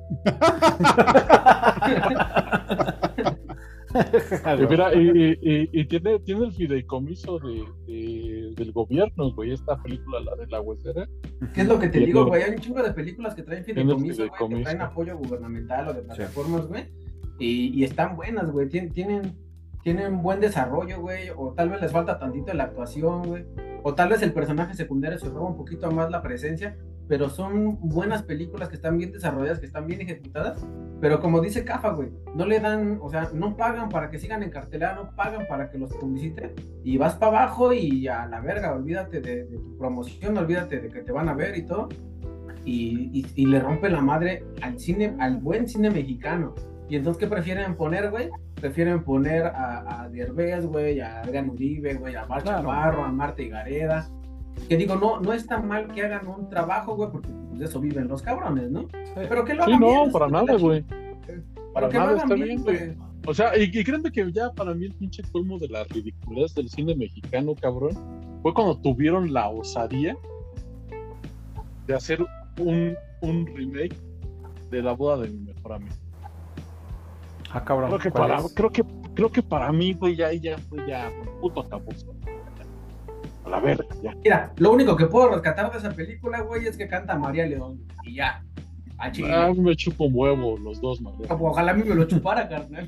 Y mira, y, y- y tiene, tiene el fideicomiso de, de- del gobierno, güey, esta película, la de la huesera. ¿Qué es lo que te Sí, digo, no. güey? Hay un chingo de películas que traen Tiene fideicomiso, güey, que fideicomiso. traen apoyo gubernamental o de plataformas, güey. Y, y están buenas, güey. Tien- Tienen, tienen buen desarrollo, güey. O tal vez les falta tantito la actuación, güey. O tal vez el personaje secundario se roba un poquito más la presencia. Pero son buenas películas que están bien desarrolladas, que están bien ejecutadas. Pero como dice Cafa, güey, no le dan, o sea, no pagan para que sigan en cartelera, no pagan para que los publiciten, y vas para abajo y a la verga, olvídate de, de tu promoción, olvídate de que te van a ver y todo, y, y, y le rompe la madre al cine, al buen cine mexicano. Y entonces, ¿qué prefieren poner, güey? Prefieren poner a, a Derbez, güey, a Adrián Uribe, güey, a Mar Claro. Chaparro, a Marta Higareda. Que digo, no, no está mal que hagan un trabajo, güey, porque pues, de eso viven los cabrones, ¿no? Pero que lo Sí, hagan bien. no, para nada, güey. Pero Para que lo nada hagan está bien, bien, güey. güey. O sea, y, y créanme que ya para mí el pinche colmo de la ridiculez del cine mexicano, cabrón, fue cuando tuvieron la osadía de hacer un, un remake de La boda de mi mejor amigo. Ah, cabrón. Creo que ¿cuál para, es? creo que, creo que para mí, güey, ya, ya fue ya puto acabó. A la verga, ya. Mira, lo único que puedo rescatar de esa película, güey, es que canta María León. Y ya. A Chile. Ah, me chupo un huevo los dos, madre. Ojalá a mí me lo chupara, carnal.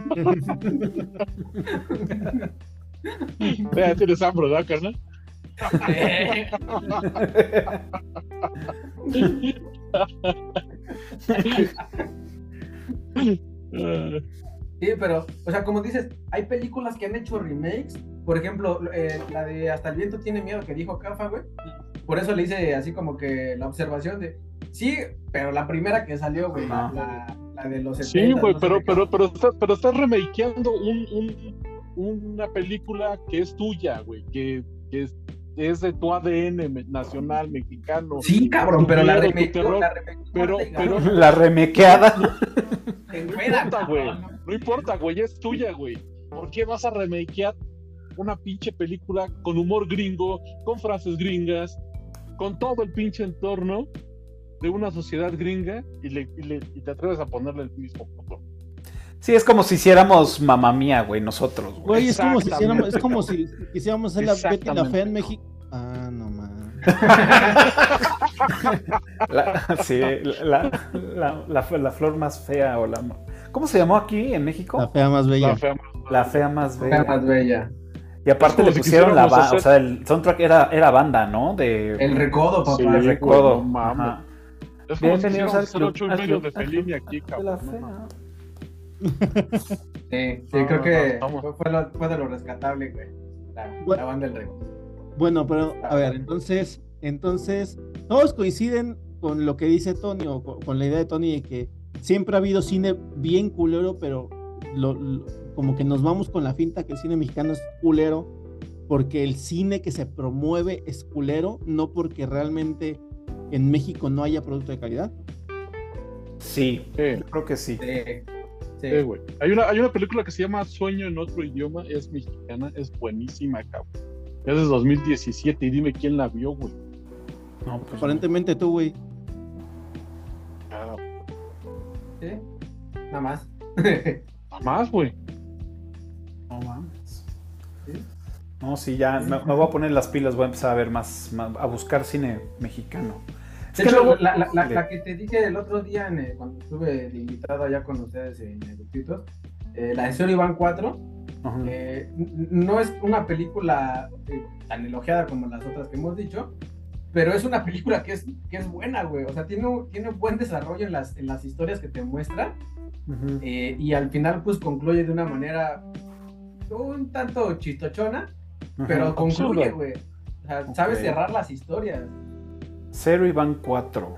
Ya tienes hambre, ¿verdad, carnal? Ah, Sí, pero, o sea, como dices, hay películas que han hecho remakes. Por ejemplo, eh, la de Hasta el viento tiene miedo que dijo Cafa, güey. Por eso le hice así como que la observación de, sí, pero la primera que salió, güey, la, la, la de los sí, setenta, güey, no sé pero, qué. pero, pero, estás, pero estás remakeando un, un, una película que es tuya, güey, que, que es, es de tu A D N me- nacional, mexicano. Sí, cabrón, Tu pero la miedo, tu remake, terror, la remake, pero- Marta pero- Higareda. La remequeada. No importa, güey. No importa, güey. Es tuya, güey. ¿Por qué vas a remakear una pinche película con humor gringo, con frases gringas, con todo el pinche entorno de una sociedad gringa y, le, y, le, y te atreves a ponerle el mismo foto? Sí, es como si hiciéramos Mamma Mía, güey, nosotros, güey. Güey, es como si Exactamente, hiciéramos, es como si quisiéramos hacer la Betty la Exactamente. Fea en México. Ah, no mames. La, sí, la, la, la, la flor más fea o la... ¿Cómo se llamó aquí en México? La fea más bella. La fea. La fea más Era bella. más bella. Y aparte Es como le si pusieron la quisiéramos banda, hacer- o sea, el soundtrack era, era banda, ¿no? De... El recodo, papá. Sí, el güey, recodo. no mames. Ajá. Es como si Bienvenidos quisiéramos al hacer club, ocho y al medio club, de al Fellini club, aquí, de la cabrón. fea. No, Sí, sí, No, creo no, que no, fue, fue lo, fue de lo rescatable, güey. La, Bueno. la banda del recodo. Bueno, pero a ver, entonces, entonces, todos coinciden con lo que dice Tony, o con, con la idea de Tony de que siempre ha habido cine bien culero, pero lo, lo- como que nos vamos con la finta que el cine mexicano es culero, porque el cine que se promueve es culero, no porque realmente en México no haya producto de calidad. Sí, Sí. yo creo que sí. Sí, sí. Sí, güey. Hay una, hay una película que se llama Sueño en otro idioma, es mexicana, es buenísima, cabrón. Es de dos mil diecisiete y dime quién la vio, güey. No, pues no. Aparentemente tú, güey. Ah, Sí, nada más. nada más, güey. No mames. ¿Sí? No, sí, ya me, me voy a poner las pilas, voy a empezar a ver más, más- a buscar cine mexicano. Es De que hecho, luego- la, la, la, le- la que te dije el otro día en el- cuando estuve de invitado allá con ustedes en Eduquitos, eh, la de Señor Iván cuatro, Ajá. eh, n- no es una película eh, tan elogiada como las otras que hemos dicho, pero es una película que es, que es buena, güey. O sea, tiene, un- tiene un buen desarrollo en las, en las historias que te muestra, Ujú. eh, y al final pues concluye de una manera un tanto chistochona, Ajá. pero concluye, Absurda. güey. O sea, sabes Ok. cerrar las historias. Cero Iván cuatro.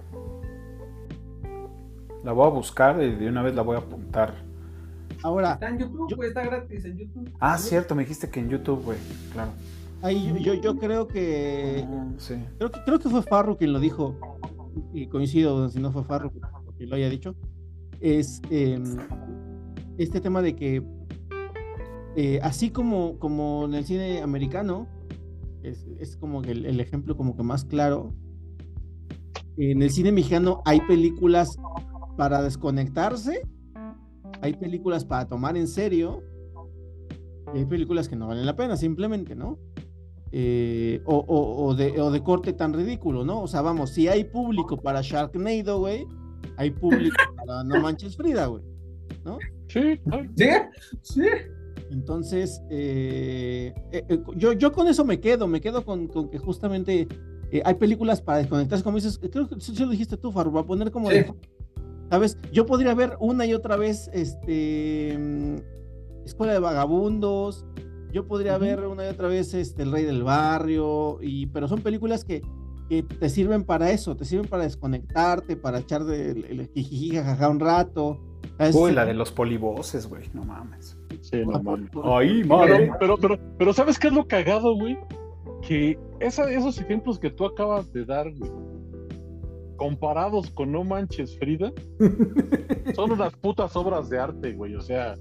La voy a buscar y de una vez la voy a apuntar. Ahora, Está en YouTube, Yo- güey, está gratis en YouTube. Ah, cierto, me dijiste que en YouTube, güey. Claro. ahí yo, yo, yo creo que Ah, sí. Creo que, creo que fue Farro quien lo dijo, y coincido, si no fue Farro, que lo haya dicho, es eh, este tema de que eh, así como, como en el cine americano, es, es como que el, el ejemplo como que más claro, en el cine mexicano hay películas para desconectarse, hay películas para tomar en serio, y hay películas que no valen la pena, simplemente, ¿no? Eh, o, o, o, de, o de corte tan ridículo, ¿no? O sea, vamos, si hay público para Sharknado, güey, hay público para No Manches Frida, güey, ¿no? Sí, ay, ¿Sí? Sí. Entonces, eh, eh, eh, yo, yo con eso me quedo, me quedo con, con que justamente eh, hay películas para desconectarse, como dices, creo que sí lo dijiste tú, Farro, va a poner como Sí. de, ¿sabes? Yo podría ver una y otra vez, este, mm, Escuela de Vagabundos, yo podría Ujú. ver una y otra vez, este, El Rey del Barrio, y, pero son películas que, que te sirven para eso, te sirven para desconectarte, para echar de, el, el jijiji, jajaja un rato. ¿Sabes? Uy, la de los polivoces, güey, no mames. Sí, no mames. Ay, Pero, madre. pero, pero, pero, ¿sabes qué es lo cagado, güey? Que esa, esos ejemplos que tú acabas de dar, güey, comparados con No Manches Frida, son unas putas obras de arte, güey. O sea,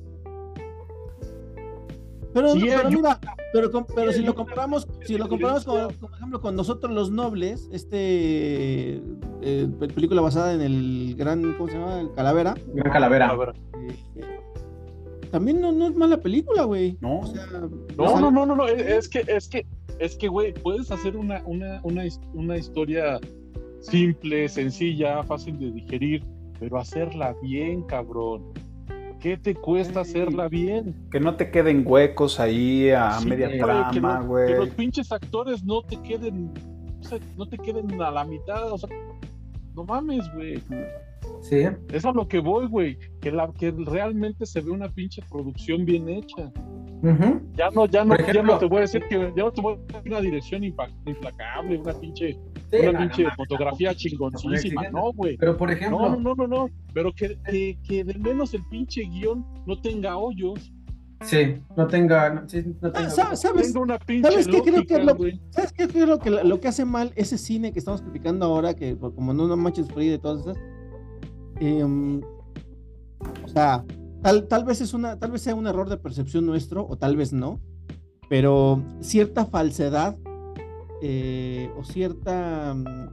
Pero, Sí, pero yo- mira, pero, com- pero si yo- lo comparamos, si lo comparamos con, por ejemplo, con Nosotros los Nobles, este eh, pe- película basada en el gran, ¿cómo se llama? El Calavera, Gran Calavera. a ver. eh, también no, no es mala película, güey. No. O sea, No, o sea, no, no, no, no, es, es que, es que, es que, güey, puedes hacer una, una, una, his- una historia simple, sencilla, fácil de digerir, pero hacerla bien, cabrón. ¿Qué te cuesta Sí. hacerla bien? Que no te queden huecos ahí a Sí, media güey, trama, que, lo- güey. que los pinches actores no te queden, o sea, no te queden a la mitad, o sea, no mames, güey. Sí. Es a lo que voy, güey, que la que realmente se ve una pinche producción bien hecha. Ujú. Ya no, ya no, Por ya ejemplo- no te voy a decir que ya no te voy a decir una dirección impa- implacable, una pinche, Sí, una no, pinche no, no, fotografía tampoco, chingoncísima, exigente. no, güey. Pero por ejemplo, No, no, no, no, no, pero que, que, que de menos el pinche guión no tenga hoyos, sí, no tenga, no, sí, no tenga. Ah, ¿sabes? ¿Sabes? tenga una pinche ¿Sabes qué creo que lógica, es lo, güey. ¿sabes qué creo que lo, lo que hace mal ese cine que estamos criticando ahora, que por- como no, no manches Frida y todas esas, em, o sea, tal, tal vez es una, tal vez sea un error de percepción nuestro, o tal vez no, pero cierta falsedad eh, o cierta, mm,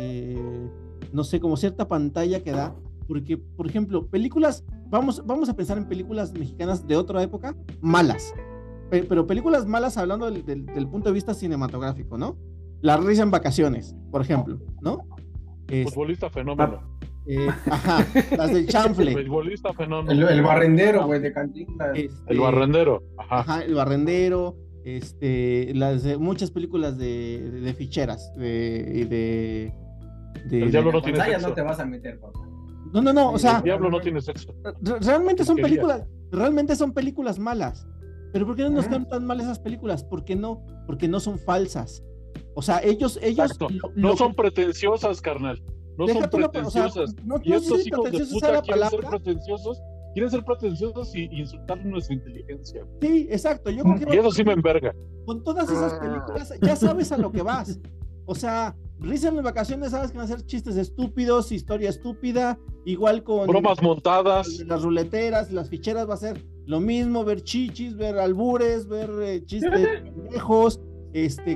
eh, no sé, como cierta pantalla que da, porque, por ejemplo, películas, vamos, vamos a pensar en películas mexicanas de otra época, malas, Pe- pero películas malas hablando del, del- del punto de vista cinematográfico, ¿no? La risa en vacaciones, por ejemplo, ¿no? Es- Futbolista fenómeno. eh, ajá, las del chanfle, Futbolista fenómeno. El, el barrendero, güey, de Cantinflas. este, El barrendero. Ajá. ajá, el barrendero, este, las de- muchas películas de, de, de ficheras, de, y de, de- El diablo de- no tiene Pantalla sexo. no te vas a meter, papá. no, no, no, o sea, El diablo no tiene sexo. re- realmente son Porquería. películas, realmente son películas malas. Pero ¿por qué no nos Ajá. quedan tan mal esas películas? ¿Por qué no? Porque no son falsas. O sea, ellos, ellos Exacto. lo- No lo son que- pretenciosas, carnal. No deja son tú la- o sea, pretenciosas. no, Y no sé estos si hijos de pretenciosa sea puta la quieren ser palabra. pretenciosos, quieren ser pretenciosos y, y insultar nuestra inteligencia. Sí, exacto. Yo creo que Y eso sí me enverga. con todas esas películas ya sabes a lo que vas. O sea, risa en las vacaciones, sabes que van a ser chistes estúpidos, historia estúpida, igual con Bromas montadas. las ruleteras, las ficheras va a ser lo mismo, ver chichis, ver albures, ver eh, chistes viejos, este,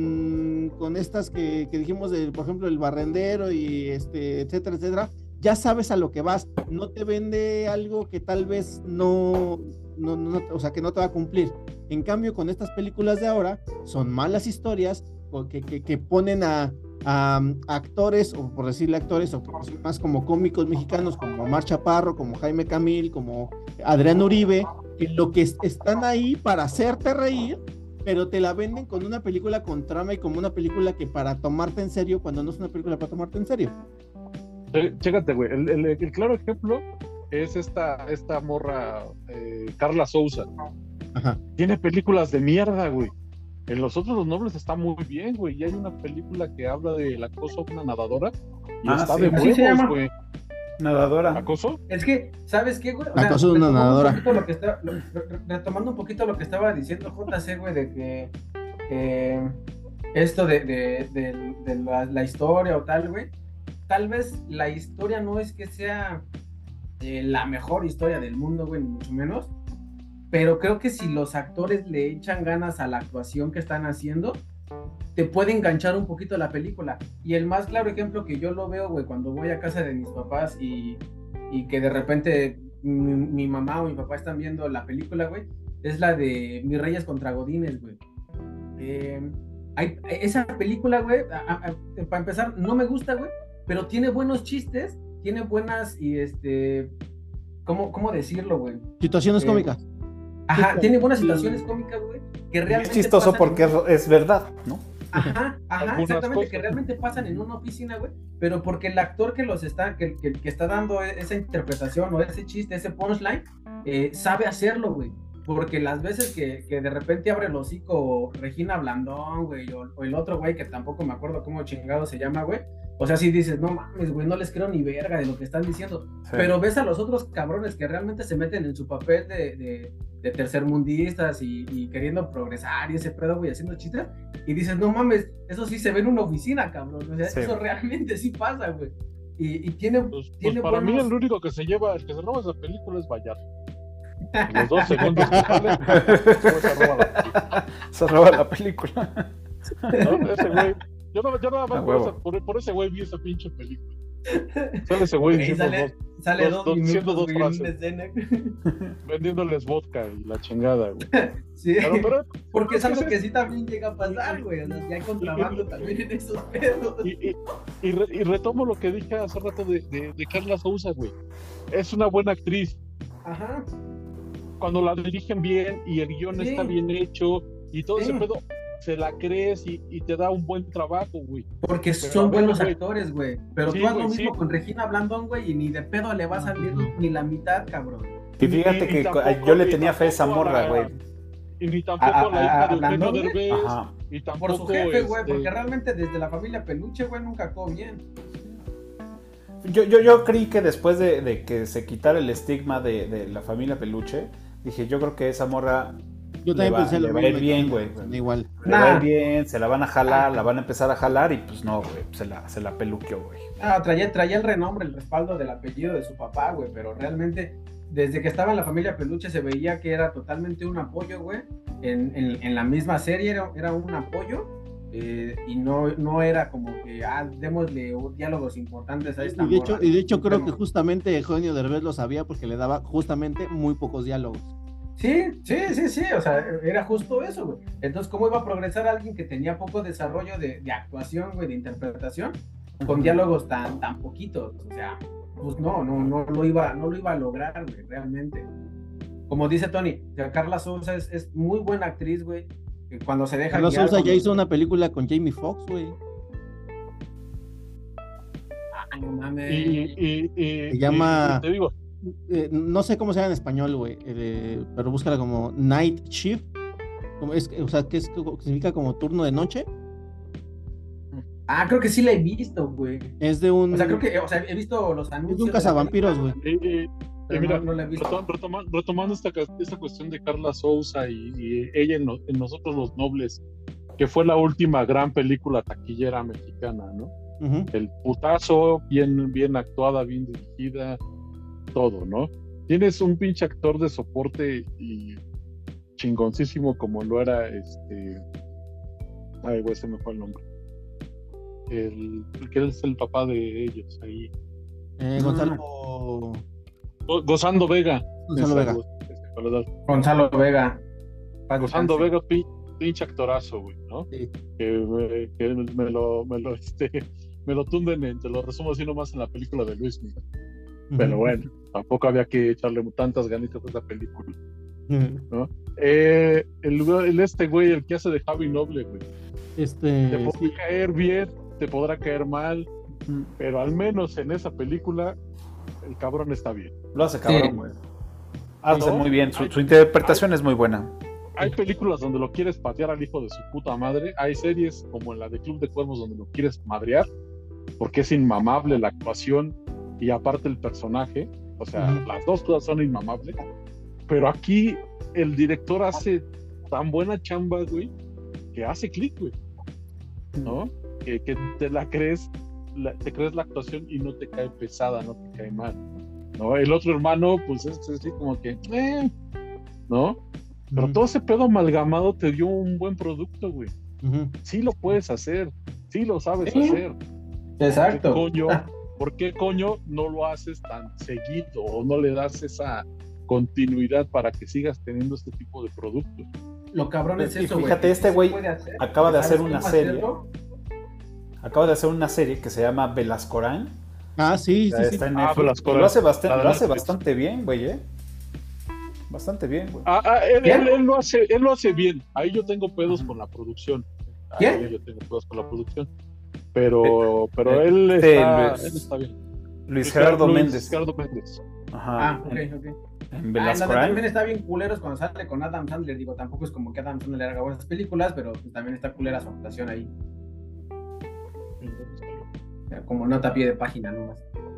con, con estas que, que dijimos de, por ejemplo, el barrendero y este, etcétera, etcétera. Ya sabes a lo que vas, no te vende algo que tal vez no, no, no, o sea, que no te va a cumplir. En cambio, con estas películas de ahora, son malas historias o que, que, que ponen a, a, a actores, o por decirle actores, o por decir más como cómicos mexicanos, como Omar Chaparro, como Jaime Camil, como Adrián Uribe, en lo que es- están ahí para hacerte reír, pero te la venden con una película con trama y como una película que para tomarte en serio, cuando no es una película para tomarte en serio. Che- Chécate, güey. El, el- el claro ejemplo es esta, esta morra, eh, Carla Souza. Ajá. Tiene películas de mierda, güey. En Los Otros los Nobles está muy bien, güey. Y hay una película que habla del acoso a una nadadora. Y Ah, está sí. de Así se llama. huevos, güey. Nadadora. ¿Acoso? Es que, ¿sabes qué, güey? O Acoso de una retomando nadadora. Un poquito lo que está, lo- re- retomando un poquito lo que estaba diciendo J C, güey, de que eh, esto de, de, de- de la, la historia o tal, güey. Tal vez la historia no es que sea eh, la mejor historia del mundo, güey, ni mucho menos. Pero creo que si los actores le echan ganas a la actuación que están haciendo, te puede enganchar un poquito la película. Y el más claro ejemplo que yo lo veo, güey, cuando voy a casa de mis papás y, y que de repente mi, mi mamá o mi papá están viendo la película, güey, es la de Mis Reyes contra Godines, güey. Eh, hay, esa película, güey, a- a- a- para empezar, no me gusta, güey, pero tiene buenos chistes, tiene buenas y este... ¿Cómo, cómo decirlo, güey? Situaciones Eh, cómicas. Ajá, Sí, tiene buenas sí. situaciones cómicas, güey, que Es realmente chistoso pasan porque en- es, es verdad, ¿no? Ajá, ajá, Algunas exactamente, cosas. que realmente pasan en una oficina, güey, pero porque el actor que los está, que, que, que está dando esa interpretación o ese chiste, ese punchline, eh, sabe hacerlo, güey. Porque las veces que, que de repente abre el hocico Regina Blandón, güey, o, o el otro güey que tampoco me acuerdo cómo chingado se llama, güey. O sea, sí dices, no mames, güey, no les creo ni verga de lo que están diciendo. Sí. Pero ves a los otros cabrones que realmente se meten en su papel de, de, de tercermundistas y, y queriendo progresar y ese pedo, güey, haciendo chistes. Y dices, no mames, eso sí se ve en una oficina, cabrón. O sea, Sí. eso realmente sí pasa, güey. Y, y tiene, Pues, pues tiene para buenos... mí el único que se lleva, el que se roba esa película es Vallarta. En los dos segundos que sale, se roba la película. Se roba la película. ¿No? Ese güey, yo, no, yo nada más A por, huevo. esa- por, por ese güey vi esa pinche película. Sale ese güey Güey, diciendo sale, dos, sale dos- dos, dos- minutos, diciendo dos güey, en una frases. escena. vendiéndoles vodka y la chingada, güey. Sí, Pero, pero, porque es algo es- que sí también llega a pasar, güey. O sea, ya hay contrabando también en esos pedos. Y, y, y, re- y retomo lo que dije hace rato de, de, de Carla Sousa, güey. Es una buena actriz. Ajá. Cuando la dirigen bien y el guión Sí. está bien hecho y todo Sí. ese pedo, se la crees y, y te da un buen trabajo, güey. Porque Pero, son a ver, buenos güey. actores, güey. Pero Sí, tú haz lo güey, mismo sí. con Regina Blandón, güey, y ni de pedo le va a salir ni la mitad, cabrón. Y fíjate Y- y que tampoco- yo le y tenía fe a esa tampoco a morra, la- güey. Y ni tampoco A- a, la a- hija a de Eugenio Blandón, güey. Derbez. Ajá. Y tampoco, Por su jefe, güey, este, porque realmente desde la familia Peluche, güey, nunca actuó bien. Yo, yo, yo creí que después de, de que se quitara el estigma de, de la familia Peluche, dije, yo creo que esa morra Yo le también va, pensé le lo va a ir mismo, bien, güey. Igual. Le va a ir Nah. bien, se la van a jalar, la van a empezar a jalar y pues no, güey, se la, se la peluqueó, güey. Ah, traía, traía el renombre, el respaldo del apellido de su papá, güey, pero realmente desde que estaba en la familia Peluche se veía que era totalmente un apoyo, güey. En, en, en la misma serie era, era un apoyo eh, y no, no era como que, ah, démosle diálogos importantes a esta Y de hecho, morra. y de hecho creo que Pero- justamente Eugenio Derbez lo sabía porque le daba justamente muy pocos diálogos. Sí, sí, sí, sí, o sea, era justo eso, güey. Entonces, ¿cómo iba a progresar alguien que tenía poco desarrollo de, de actuación, güey, de interpretación, con diálogos tan, tan poquitos? O sea, pues no, no, no lo iba, no lo iba a lograr, güey, realmente. Como dice Tony, o sea, Carla Sousa es, es muy buena actriz, güey, que cuando se deja Carlos guiar Sousa con ya los- hizo una película con Jamie Foxx, güey. Ay, no mames. Y, y, y- Se llama- y- y te digo, Eh, no sé cómo se llama en español, güey, eh, pero búscala como Night Shift. Como es, o sea, que es, que significa como turno de noche. Ah, creo que sí la he visto, güey. Es de un, O sea, creo que, o sea, he visto los anuncios. es de un de la cazavampiros, película, güey. y- y- y pero mira, no, no la he visto. retom- retoma- retomando esta, ca- esta cuestión de Carla Sousa y, y ella en, no- en Nosotros los Nobles, que fue la última gran película taquillera mexicana, ¿no? Ujú. El putazo, bien, bien actuada, bien dirigida, todo, ¿no? Tienes un pinche actor de soporte y chingoncísimo como lo era este. Ay, güey, se me fue el nombre. El, el que es el papá de ellos ahí. Eh, Gonzalo, Go- Gozando Vega. Gonzalo Vega. Ese, perdón. Gonzalo Vega. Paz Gozando descanse. Vega, pin- pinche actorazo, güey, ¿no? Sí. Que, me- que me lo, me lo, este, me lo tunden, en- te lo resumo así nomás en la película de Luis Miguel. Pero Ujú. bueno, tampoco había que echarle tantas ganitas a esa película. Ujú. Eh, el, el este güey, el que hace de Javi Noble, güey. Te Este, podrá sí, caer bien, te podrá caer mal, pero al menos en esa película, el cabrón está bien. Lo hace cabrón, Sí. güey. Hace ¿No? muy bien, su, Ay, su interpretación es muy buena. Hay películas donde lo quieres patear al hijo de su puta madre. Hay series como la de Club de Cuervos donde lo quieres madrear, porque es inmamable la actuación y aparte el personaje. O sea, Ujú. las dos cosas son inmamables. Pero aquí el director hace tan buena chamba, güey, que hace clic, güey. ¿No? Que, que te la crees, la- te crees la actuación y no te cae pesada, no te cae mal. ¿No? El otro hermano, pues es así como que, eh, ¿no? Pero Ujú. todo ese pedo amalgamado te dio un buen producto, güey. Ujú. Sí lo puedes hacer, sí lo sabes Sí. hacer. Exacto. ¿Por qué coño, por qué coño no lo haces tan seguido o no le das esa continuidad para que sigas teniendo este tipo de productos? Lo cabrón es Y eso, güey. fíjate, que este sí se güey puede hacer, acaba de que hacer sabes una cómo serie. hacerlo. Acaba de hacer una serie que se llama Velascorán. Ah, sí, sí, sí. Está en Ah, Netflix. Velascorán. Lo hace, bastante, La de lo hace Netflix. bastante bien, güey, ¿eh? Bastante bien, güey. Ah, ah, él, ¿Qué? él- él lo hace, él lo hace bien. Ahí yo tengo pedos Ajá. con la producción. ¿Quién? Yo tengo dudas con la producción. Pero, pero él, Sí, está, Luis- él está bien. Luis Gerardo Luis Méndez. Gerardo Méndez. Ajá. Ah, ok, ok. En Ah, Velasco la- también Crime. está bien culeros cuando sale con Adam Sandler. Digo, tampoco es como que Adam Sandler haga buenas películas, pero pues, también está culera su actuación ahí. O sea, como nota a pie de página nomás.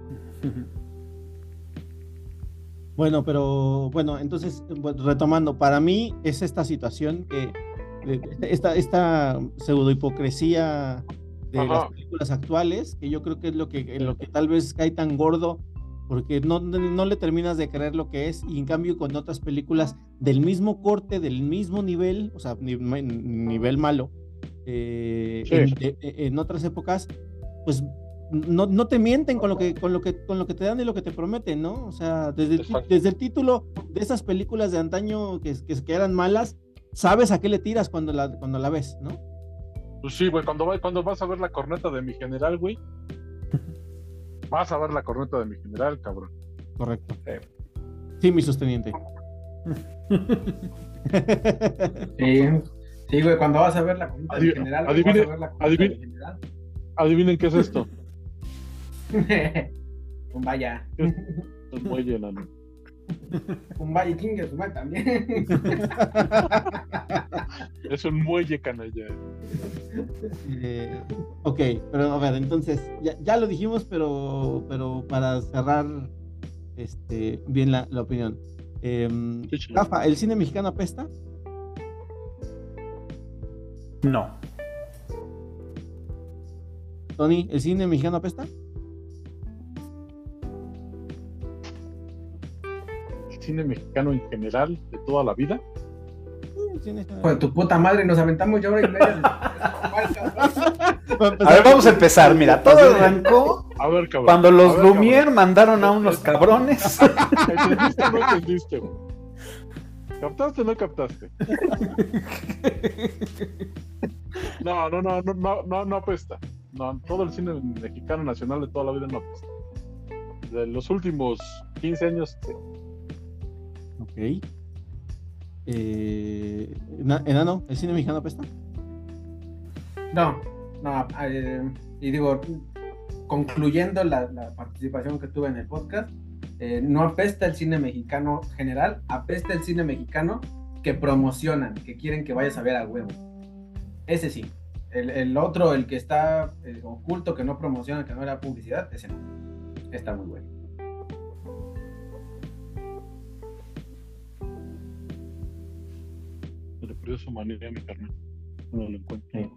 Bueno, pero bueno, entonces, bueno, retomando, para mí es esta situación que, de- esta, esta pseudo hipocresía de Ajá. las películas actuales, que yo creo que es lo que, lo que tal vez cae tan gordo, porque no, no, no le terminas de creer lo que es, y en cambio con otras películas del mismo corte, del mismo nivel, o sea, ni- nivel malo, eh, Sí. en, de- en otras épocas, pues no, no te mienten con lo que con lo que con lo que te dan y lo que te prometen, ¿no? O sea, desde el, ti- Exacto. desde el título de esas películas de antaño que, que, que eran malas, sabes a qué le tiras cuando la cuando la ves, ¿no? Pues sí, güey, cuando, va- cuando vas a ver la corneta de mi general, güey, vas a ver la corneta de mi general, cabrón. Correcto. Sí. Sí, mi sosteniente. Sí, sí, güey, cuando vas a ver la comida Adiv- en general, güey, adivine- vas a ver la comida adivine- en general. Adivinen qué es esto. Un vaya. Es muelle, enano. Un vaya chingue su madre también. Es un muelle, canalla. Eh, ok, pero a ver, entonces, ya, ya lo dijimos, pero, pero para cerrar este, bien la, la opinión. Eh, Sí, sí. Rafa, ¿el cine mexicano apesta? No. Tony, ¿el cine mexicano apesta? El cine mexicano en general, de toda la vida. Sí, el cine está- Con tu puta madre, nos aventamos ya hora y media. de- A ver, vamos a empezar. Mira, todo arrancó A ver, cabrón. cuando los A ver, Lumière cabrón. mandaron a unos cabrones. ¿Entendiste o no entendiste, güey? ¿Captaste o no captaste? No, no, no, no, no, no, no apesta. No, todo el cine mexicano nacional de toda la vida no apesta. De los últimos quince años, sí. Ok. Eh, ena- Enano, ¿el cine mexicano apesta? No, no, eh, y digo, concluyendo la, la participación que tuve en el podcast, eh, no apesta el cine mexicano general, apesta el cine mexicano que promocionan, que quieren que vayas a ver a huevo. Ese sí. El, el otro, el que está eh, oculto, que no promociona, que no era publicidad, ese no. Está muy bueno. Se le perdió su manera a mi carnal. No lo encuentro. Sí.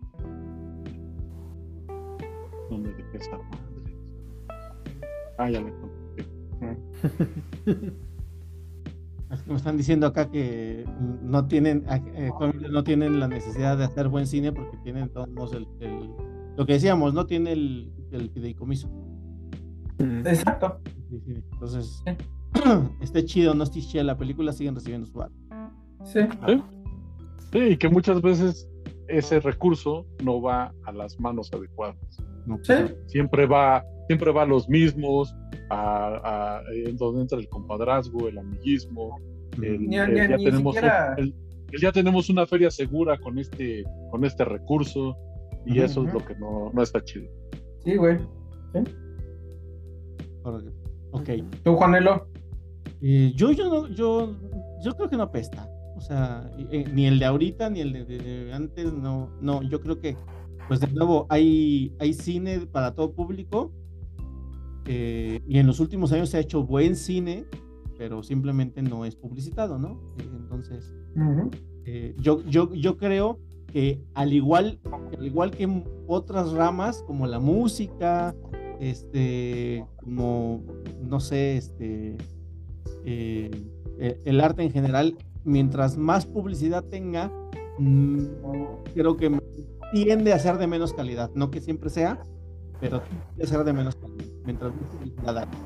¿Dónde dejé esa madre? Ah, ya lo encontré. Es que me están diciendo acá que no tienen, eh, no tienen la necesidad de hacer buen cine porque tienen todos el, el- lo que decíamos, no tiene el, el fideicomiso. Exacto. Sí, sí. Entonces, Sí. esté chido, no esté chida la película, siguen recibiendo su varo. Sí. Sí. Sí, y que muchas veces ese recurso no va a las manos adecuadas. No, Sí. Siempre va, siempre va a los mismos, a, a- en donde entra el compadrazgo, el amiguismo, el, Ni- el ni- ya ni tenemos siquiera- el- el ya tenemos una feria segura con este, con este recurso, y Ujú, eso es ujú. lo que no, no está chido. Sí, güey. Correcto. Ok. ¿Tú, Juanelo? Eh, yo, yo, no- yo, yo creo que no apesta. O sea, eh, ni el de ahorita ni el de, de- de antes, no, no. Yo creo que, pues de nuevo, hay, hay cine para todo público. eh, y en los últimos años se ha hecho buen cine, pero simplemente no es publicitado, ¿no? Eh, entonces, eh, yo, yo, yo creo que al igual, al igual que en otras ramas, como la música, este, como, no sé, este, eh, el, el arte en general, mientras más publicidad tenga, mm, creo que tiende a ser de menos calidad, no que siempre sea, pero tiende a ser de menos calidad, mientras más publicidad haya.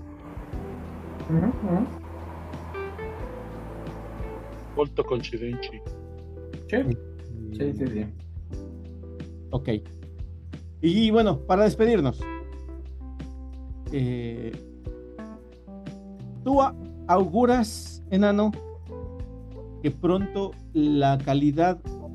Volto coincidenci. Sí, sí, sí, sí. Ok. Y bueno, para despedirnos, eh, ¿tú a- auguras, enano, que pronto la calidad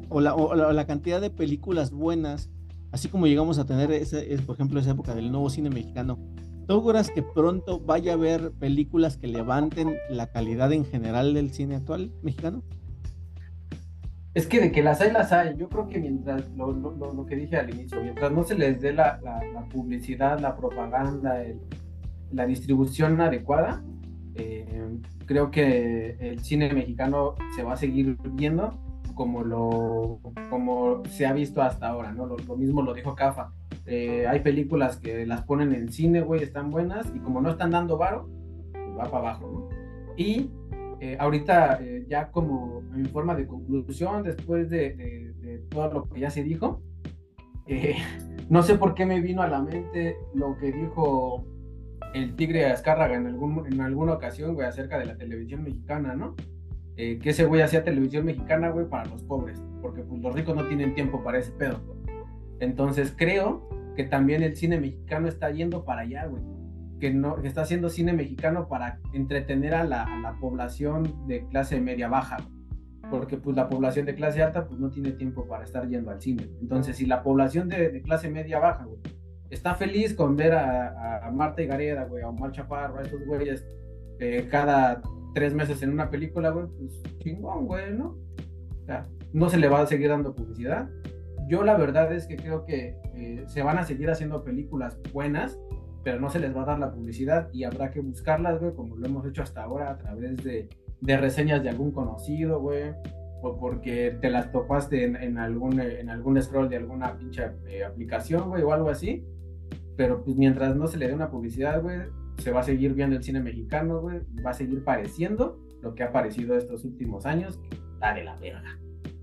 o la, o la, o la cantidad de películas buenas, así como llegamos a tener, ese, es, por ejemplo, esa época del nuevo cine mexicano, ¿tú auguras que pronto vaya a haber películas que levanten la calidad en general del cine actual mexicano? Es que de que las hay, las hay. Yo creo que mientras, lo, lo, lo que dije al inicio, mientras no se les dé la, la, la publicidad, la propaganda, el, la distribución adecuada, eh, creo que el cine mexicano se va a seguir viendo como lo como se ha visto hasta ahora, ¿no? Lo, lo mismo lo dijo Cafa. Eh, hay películas que las ponen en cine, güey, están buenas, y como no están dando varo, pues va para abajo, ¿no? Y eh, ahorita, eh, ya como en forma de conclusión, después de, de, de todo lo que ya se dijo, eh, no sé por qué me vino a la mente lo que dijo el Tigre Azcárraga en, algún, en alguna ocasión, güey, acerca de la televisión mexicana, ¿no? Eh, que ese güey hacía televisión mexicana, güey, para los pobres, porque pues los ricos no tienen tiempo para ese pedo. Entonces creo que también el cine mexicano está yendo para allá, güey, que, no, que está haciendo cine mexicano para entretener a la, a la población de clase media baja, porque pues la población de clase alta pues no tiene tiempo para estar yendo al cine. Entonces si la población de, de clase media baja, güey, está feliz con ver a, a Marta y Gareda, güey, a Omar Chaparro, a estos güeyes eh, cada tres meses en una película, güey, pues chingón, güey, ¿no? O sea, no se le va a seguir dando publicidad. Yo la verdad es que creo que eh, se van a seguir haciendo películas buenas, pero no se les va a dar la publicidad y habrá que buscarlas, güey, como lo hemos hecho hasta ahora a través de, de reseñas de algún conocido, güey, o porque te las topaste en, en, algún, en algún scroll de alguna pinche eh, aplicación, güey, o algo así. Pero pues mientras no se le dé una publicidad, güey, se va a seguir viendo el cine mexicano, güey, va a seguir pareciendo lo que ha parecido estos últimos años, que está de la verga.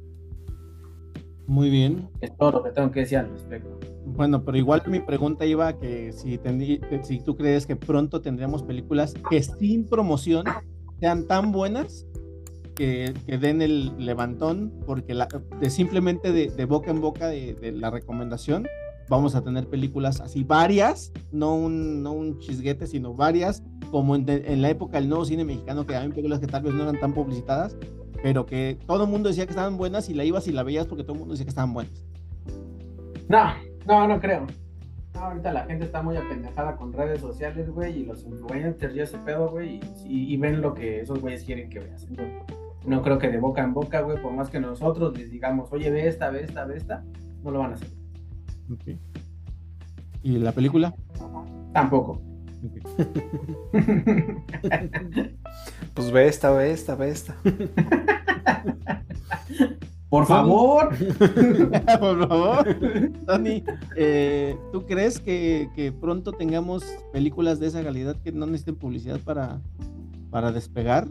Muy bien. Es todo lo que tengo que decir al respecto. Bueno, pero igual mi pregunta iba a que si, tendrí, si tú crees que pronto tendremos películas que sin promoción sean tan buenas que, que den el levantón, porque la, de simplemente de, de boca en boca de, de la recomendación vamos a tener películas así, varias, no un, no un chisguete, sino varias, como en, de, en la época del nuevo cine mexicano, que había películas que tal vez no eran tan publicitadas, pero que todo el mundo decía que estaban buenas y la ibas y la veías porque todo el mundo decía que estaban buenas. No, no, no creo. No, ahorita la gente está muy apendejada con redes sociales, güey, y los influencers y ese pedo, güey, y, y, y ven lo que esos güeyes quieren que veas. Entonces, no creo que de boca en boca, güey, por más que nosotros les digamos, oye, ve esta, ve esta, ve esta, no lo van a hacer. Okay. ¿Y la película? Tampoco. Okay. Pues ve esta, ve esta, ve esta. Por favor. Por favor. Tony, eh, ¿tú crees que, que pronto tengamos películas de esa calidad que no necesiten publicidad para, para despegar?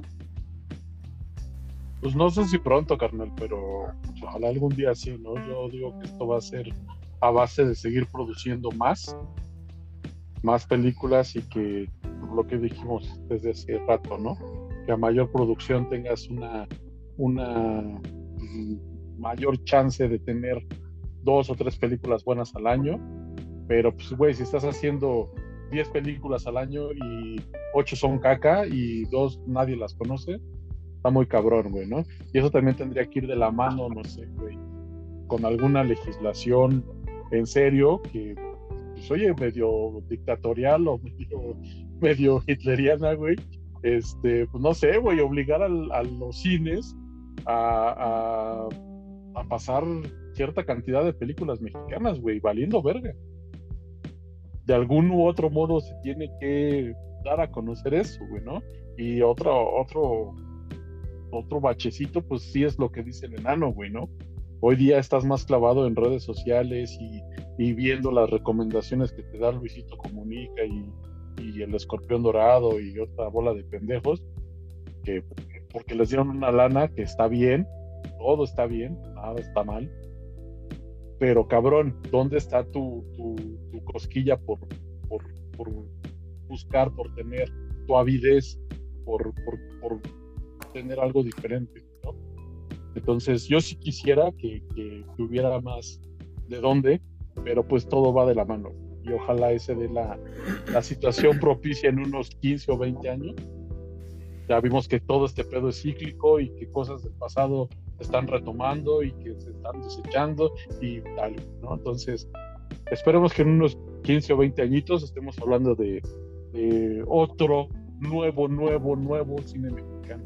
Pues no sé si pronto, carnal, pero ojalá algún día sí, ¿no? Yo digo que esto va a ser a base de seguir produciendo más, más películas y que, lo que dijimos desde hace rato, ¿no? Que a mayor producción tengas una, una mayor chance de tener dos o tres películas buenas al año, pero pues, güey, si estás haciendo diez películas al año y ocho son caca y dos nadie las conoce, está muy cabrón, güey, ¿no? Y eso también tendría que ir de la mano, no sé, güey, con alguna legislación en serio que, pues, oye, medio dictatorial o medio, medio hitleriana, güey, este, pues no sé, güey, obligar al, a los cines a, a, a pasar cierta cantidad de películas mexicanas, güey, valiendo verga. De algún u otro modo se tiene que dar a conocer eso, güey, ¿no? Y otro, otro, otro bachecito, pues sí es lo que dice el enano, güey, ¿no? Hoy día estás más clavado en redes sociales y, y viendo las recomendaciones que te da Luisito Comunica y, y el Escorpión Dorado y otra bola de pendejos, que porque les dieron una lana que está bien, todo está bien, nada está mal, pero cabrón, ¿dónde está tu, tu, tu cosquilla por, por, por buscar, por tener tu avidez, por, por, por tener algo diferente, ¿no? Entonces yo sí quisiera que, que, que hubiera más de dónde, pero pues todo va de la mano y ojalá ese de la, la situación propicia en unos quince o veinte años. Ya vimos que todo este pedo es cíclico y que cosas del pasado están retomando y que se están desechando y tal, ¿no? Entonces, esperemos que en unos quince o veinte añitos estemos hablando de, de otro nuevo, nuevo, nuevo cine mexicano.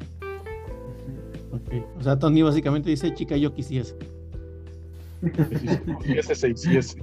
Okay. O sea, Tony básicamente dice, chica, yo quisiese. Y ese se hiciese.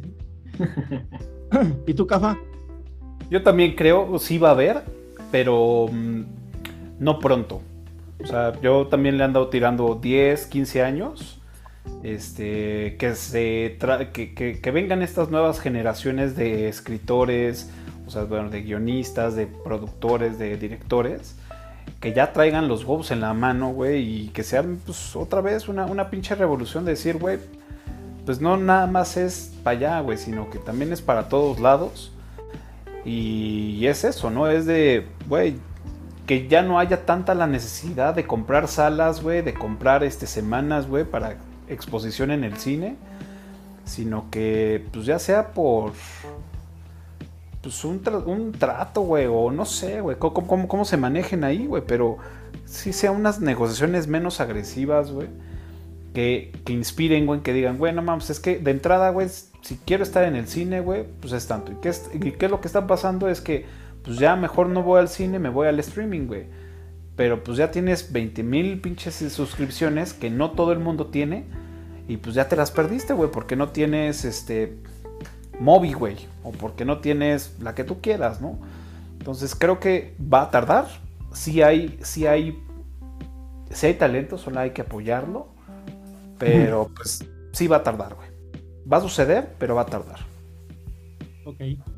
¿Y tú, Cafa? Yo también creo, sí va a haber, pero mmm, no pronto. O sea, yo también le he andado tirando diez, quince años. Este, que, se tra- que, que, que vengan estas nuevas generaciones de escritores, o sea, bueno, de guionistas, de productores, de directores, que ya traigan los huevos en la mano, güey, y que sean, pues, otra vez una, una pinche revolución de decir, güey, pues no nada más es para allá, güey, sino que también es para todos lados. Y, y es eso, ¿no? Es de, güey, que ya no haya tanta la necesidad de comprar salas, güey, de comprar este, semanas, güey, para exposición en el cine, sino que, pues, ya sea por... pues un, tra- un trato, güey, o no sé, güey, cómo, cómo, cómo se manejen ahí, güey, pero sí sean unas negociaciones menos agresivas, güey, que, que inspiren, güey, que digan, güey, no mames, es que de entrada, güey, si quiero estar en el cine, güey, pues es tanto. ¿Y qué es, y qué es lo que está pasando? Es que, pues ya mejor no voy al cine, me voy al streaming, güey. Pero pues ya tienes veinte mil pinches suscripciones que no todo el mundo tiene, y pues ya te las perdiste, güey, porque no tienes, este... Mobi, güey, o porque no tienes la que tú quieras, ¿no? Entonces creo que va a tardar. Sí hay, sí hay, sí hay talento, solo hay que apoyarlo, pero pues sí va a tardar, güey. Va a suceder, pero va a tardar. Ok.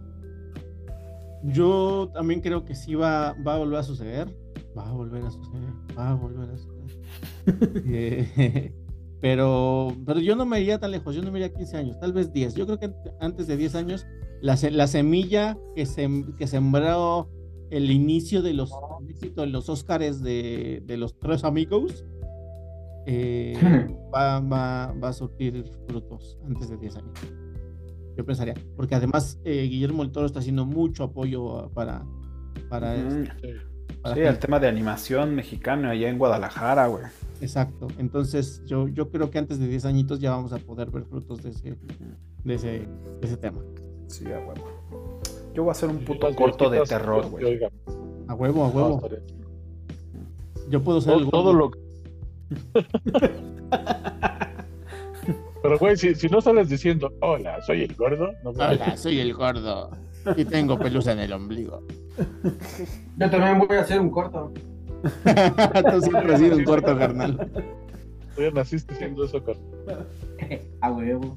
Yo también creo que sí va, va a volver a suceder. Va a volver a suceder. Va a volver a suceder. eh, Pero, pero yo no me iría tan lejos, yo no me iría quince años, tal vez diez. Yo creo que antes de diez años, la, la semilla que, se, que sembró el inicio de los éxitos de los Óscares de, de los tres amigos, eh, va, va, va a surtir frutos antes de diez años. Yo pensaría, porque además eh, Guillermo del Toro está haciendo mucho apoyo para... para, Mm. este, para Sí, el tema de animación mexicana allá en Guadalajara, güey. Exacto, entonces yo, yo creo que antes de diez añitos ya vamos a poder ver frutos de ese, de ese, de ese tema. Sí, a huevo. Yo voy a hacer un Y puto las corto de viejitas, terror, que güey. oigan, A huevo, a no, huevo. estaría- Yo puedo ser el todo, todo gordo. lo Pero güey, si, si no sales diciendo hola, soy el gordo, no me- Hola, soy el gordo y tengo pelusa en el ombligo. Yo también voy a hacer un corto. Tú siempre has sido un corto, carnal. tú ya naciste siendo eso, carnal. A huevo.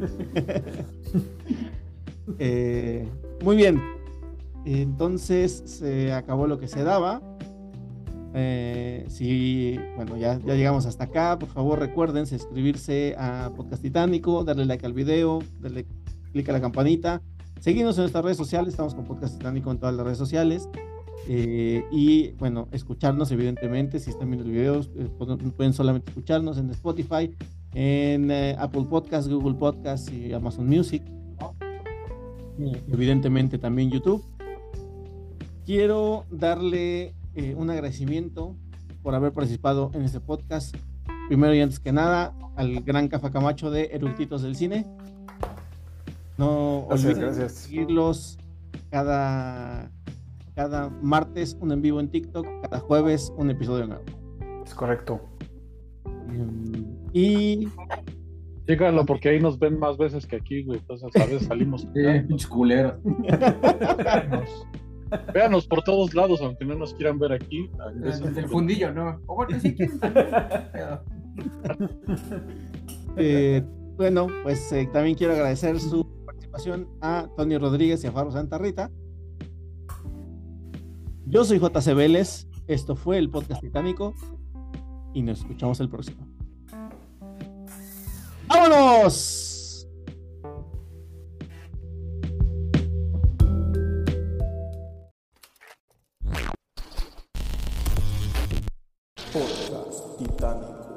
Eh, muy bien. Entonces se acabó lo que se daba. Eh, si, bueno, ya, ya llegamos hasta acá. Por favor, recuerden suscribirse a Podcast Titánico, darle like al video, darle clic a la campanita, seguirnos en nuestras redes sociales. Estamos con Podcast Titánico en todas las redes sociales. Eh, y bueno, escucharnos evidentemente. Si están viendo el video, eh, pueden solamente escucharnos en Spotify, en eh, Apple Podcasts, Google Podcasts y Amazon Music. Evidentemente también YouTube. Quiero darle eh, un agradecimiento por haber participado en este podcast. Primero y antes que nada, al gran Cafa Camacho de Eructitos del Cine. No Gracias, olviden gracias. seguirlos cada, cada martes un en vivo en TikTok, cada jueves un episodio nuevo. Es correcto. Y Síganlo porque ahí nos ven más veces que aquí, güey. Entonces a veces salimos. Eh, pinches culeros. Véanos. Véanos por todos lados, aunque no nos quieran ver aquí. Desde el fundillo, ¿no? O bueno, sí quieren también, pero- Eh, bueno, pues eh, también quiero agradecer su participación a Tony Rodríguez y a Faro Santa Rita. Yo soy J C Vélez, esto fue el Podcast Titánico y nos escuchamos el próximo. ¡Vámonos! Podcast Titánico.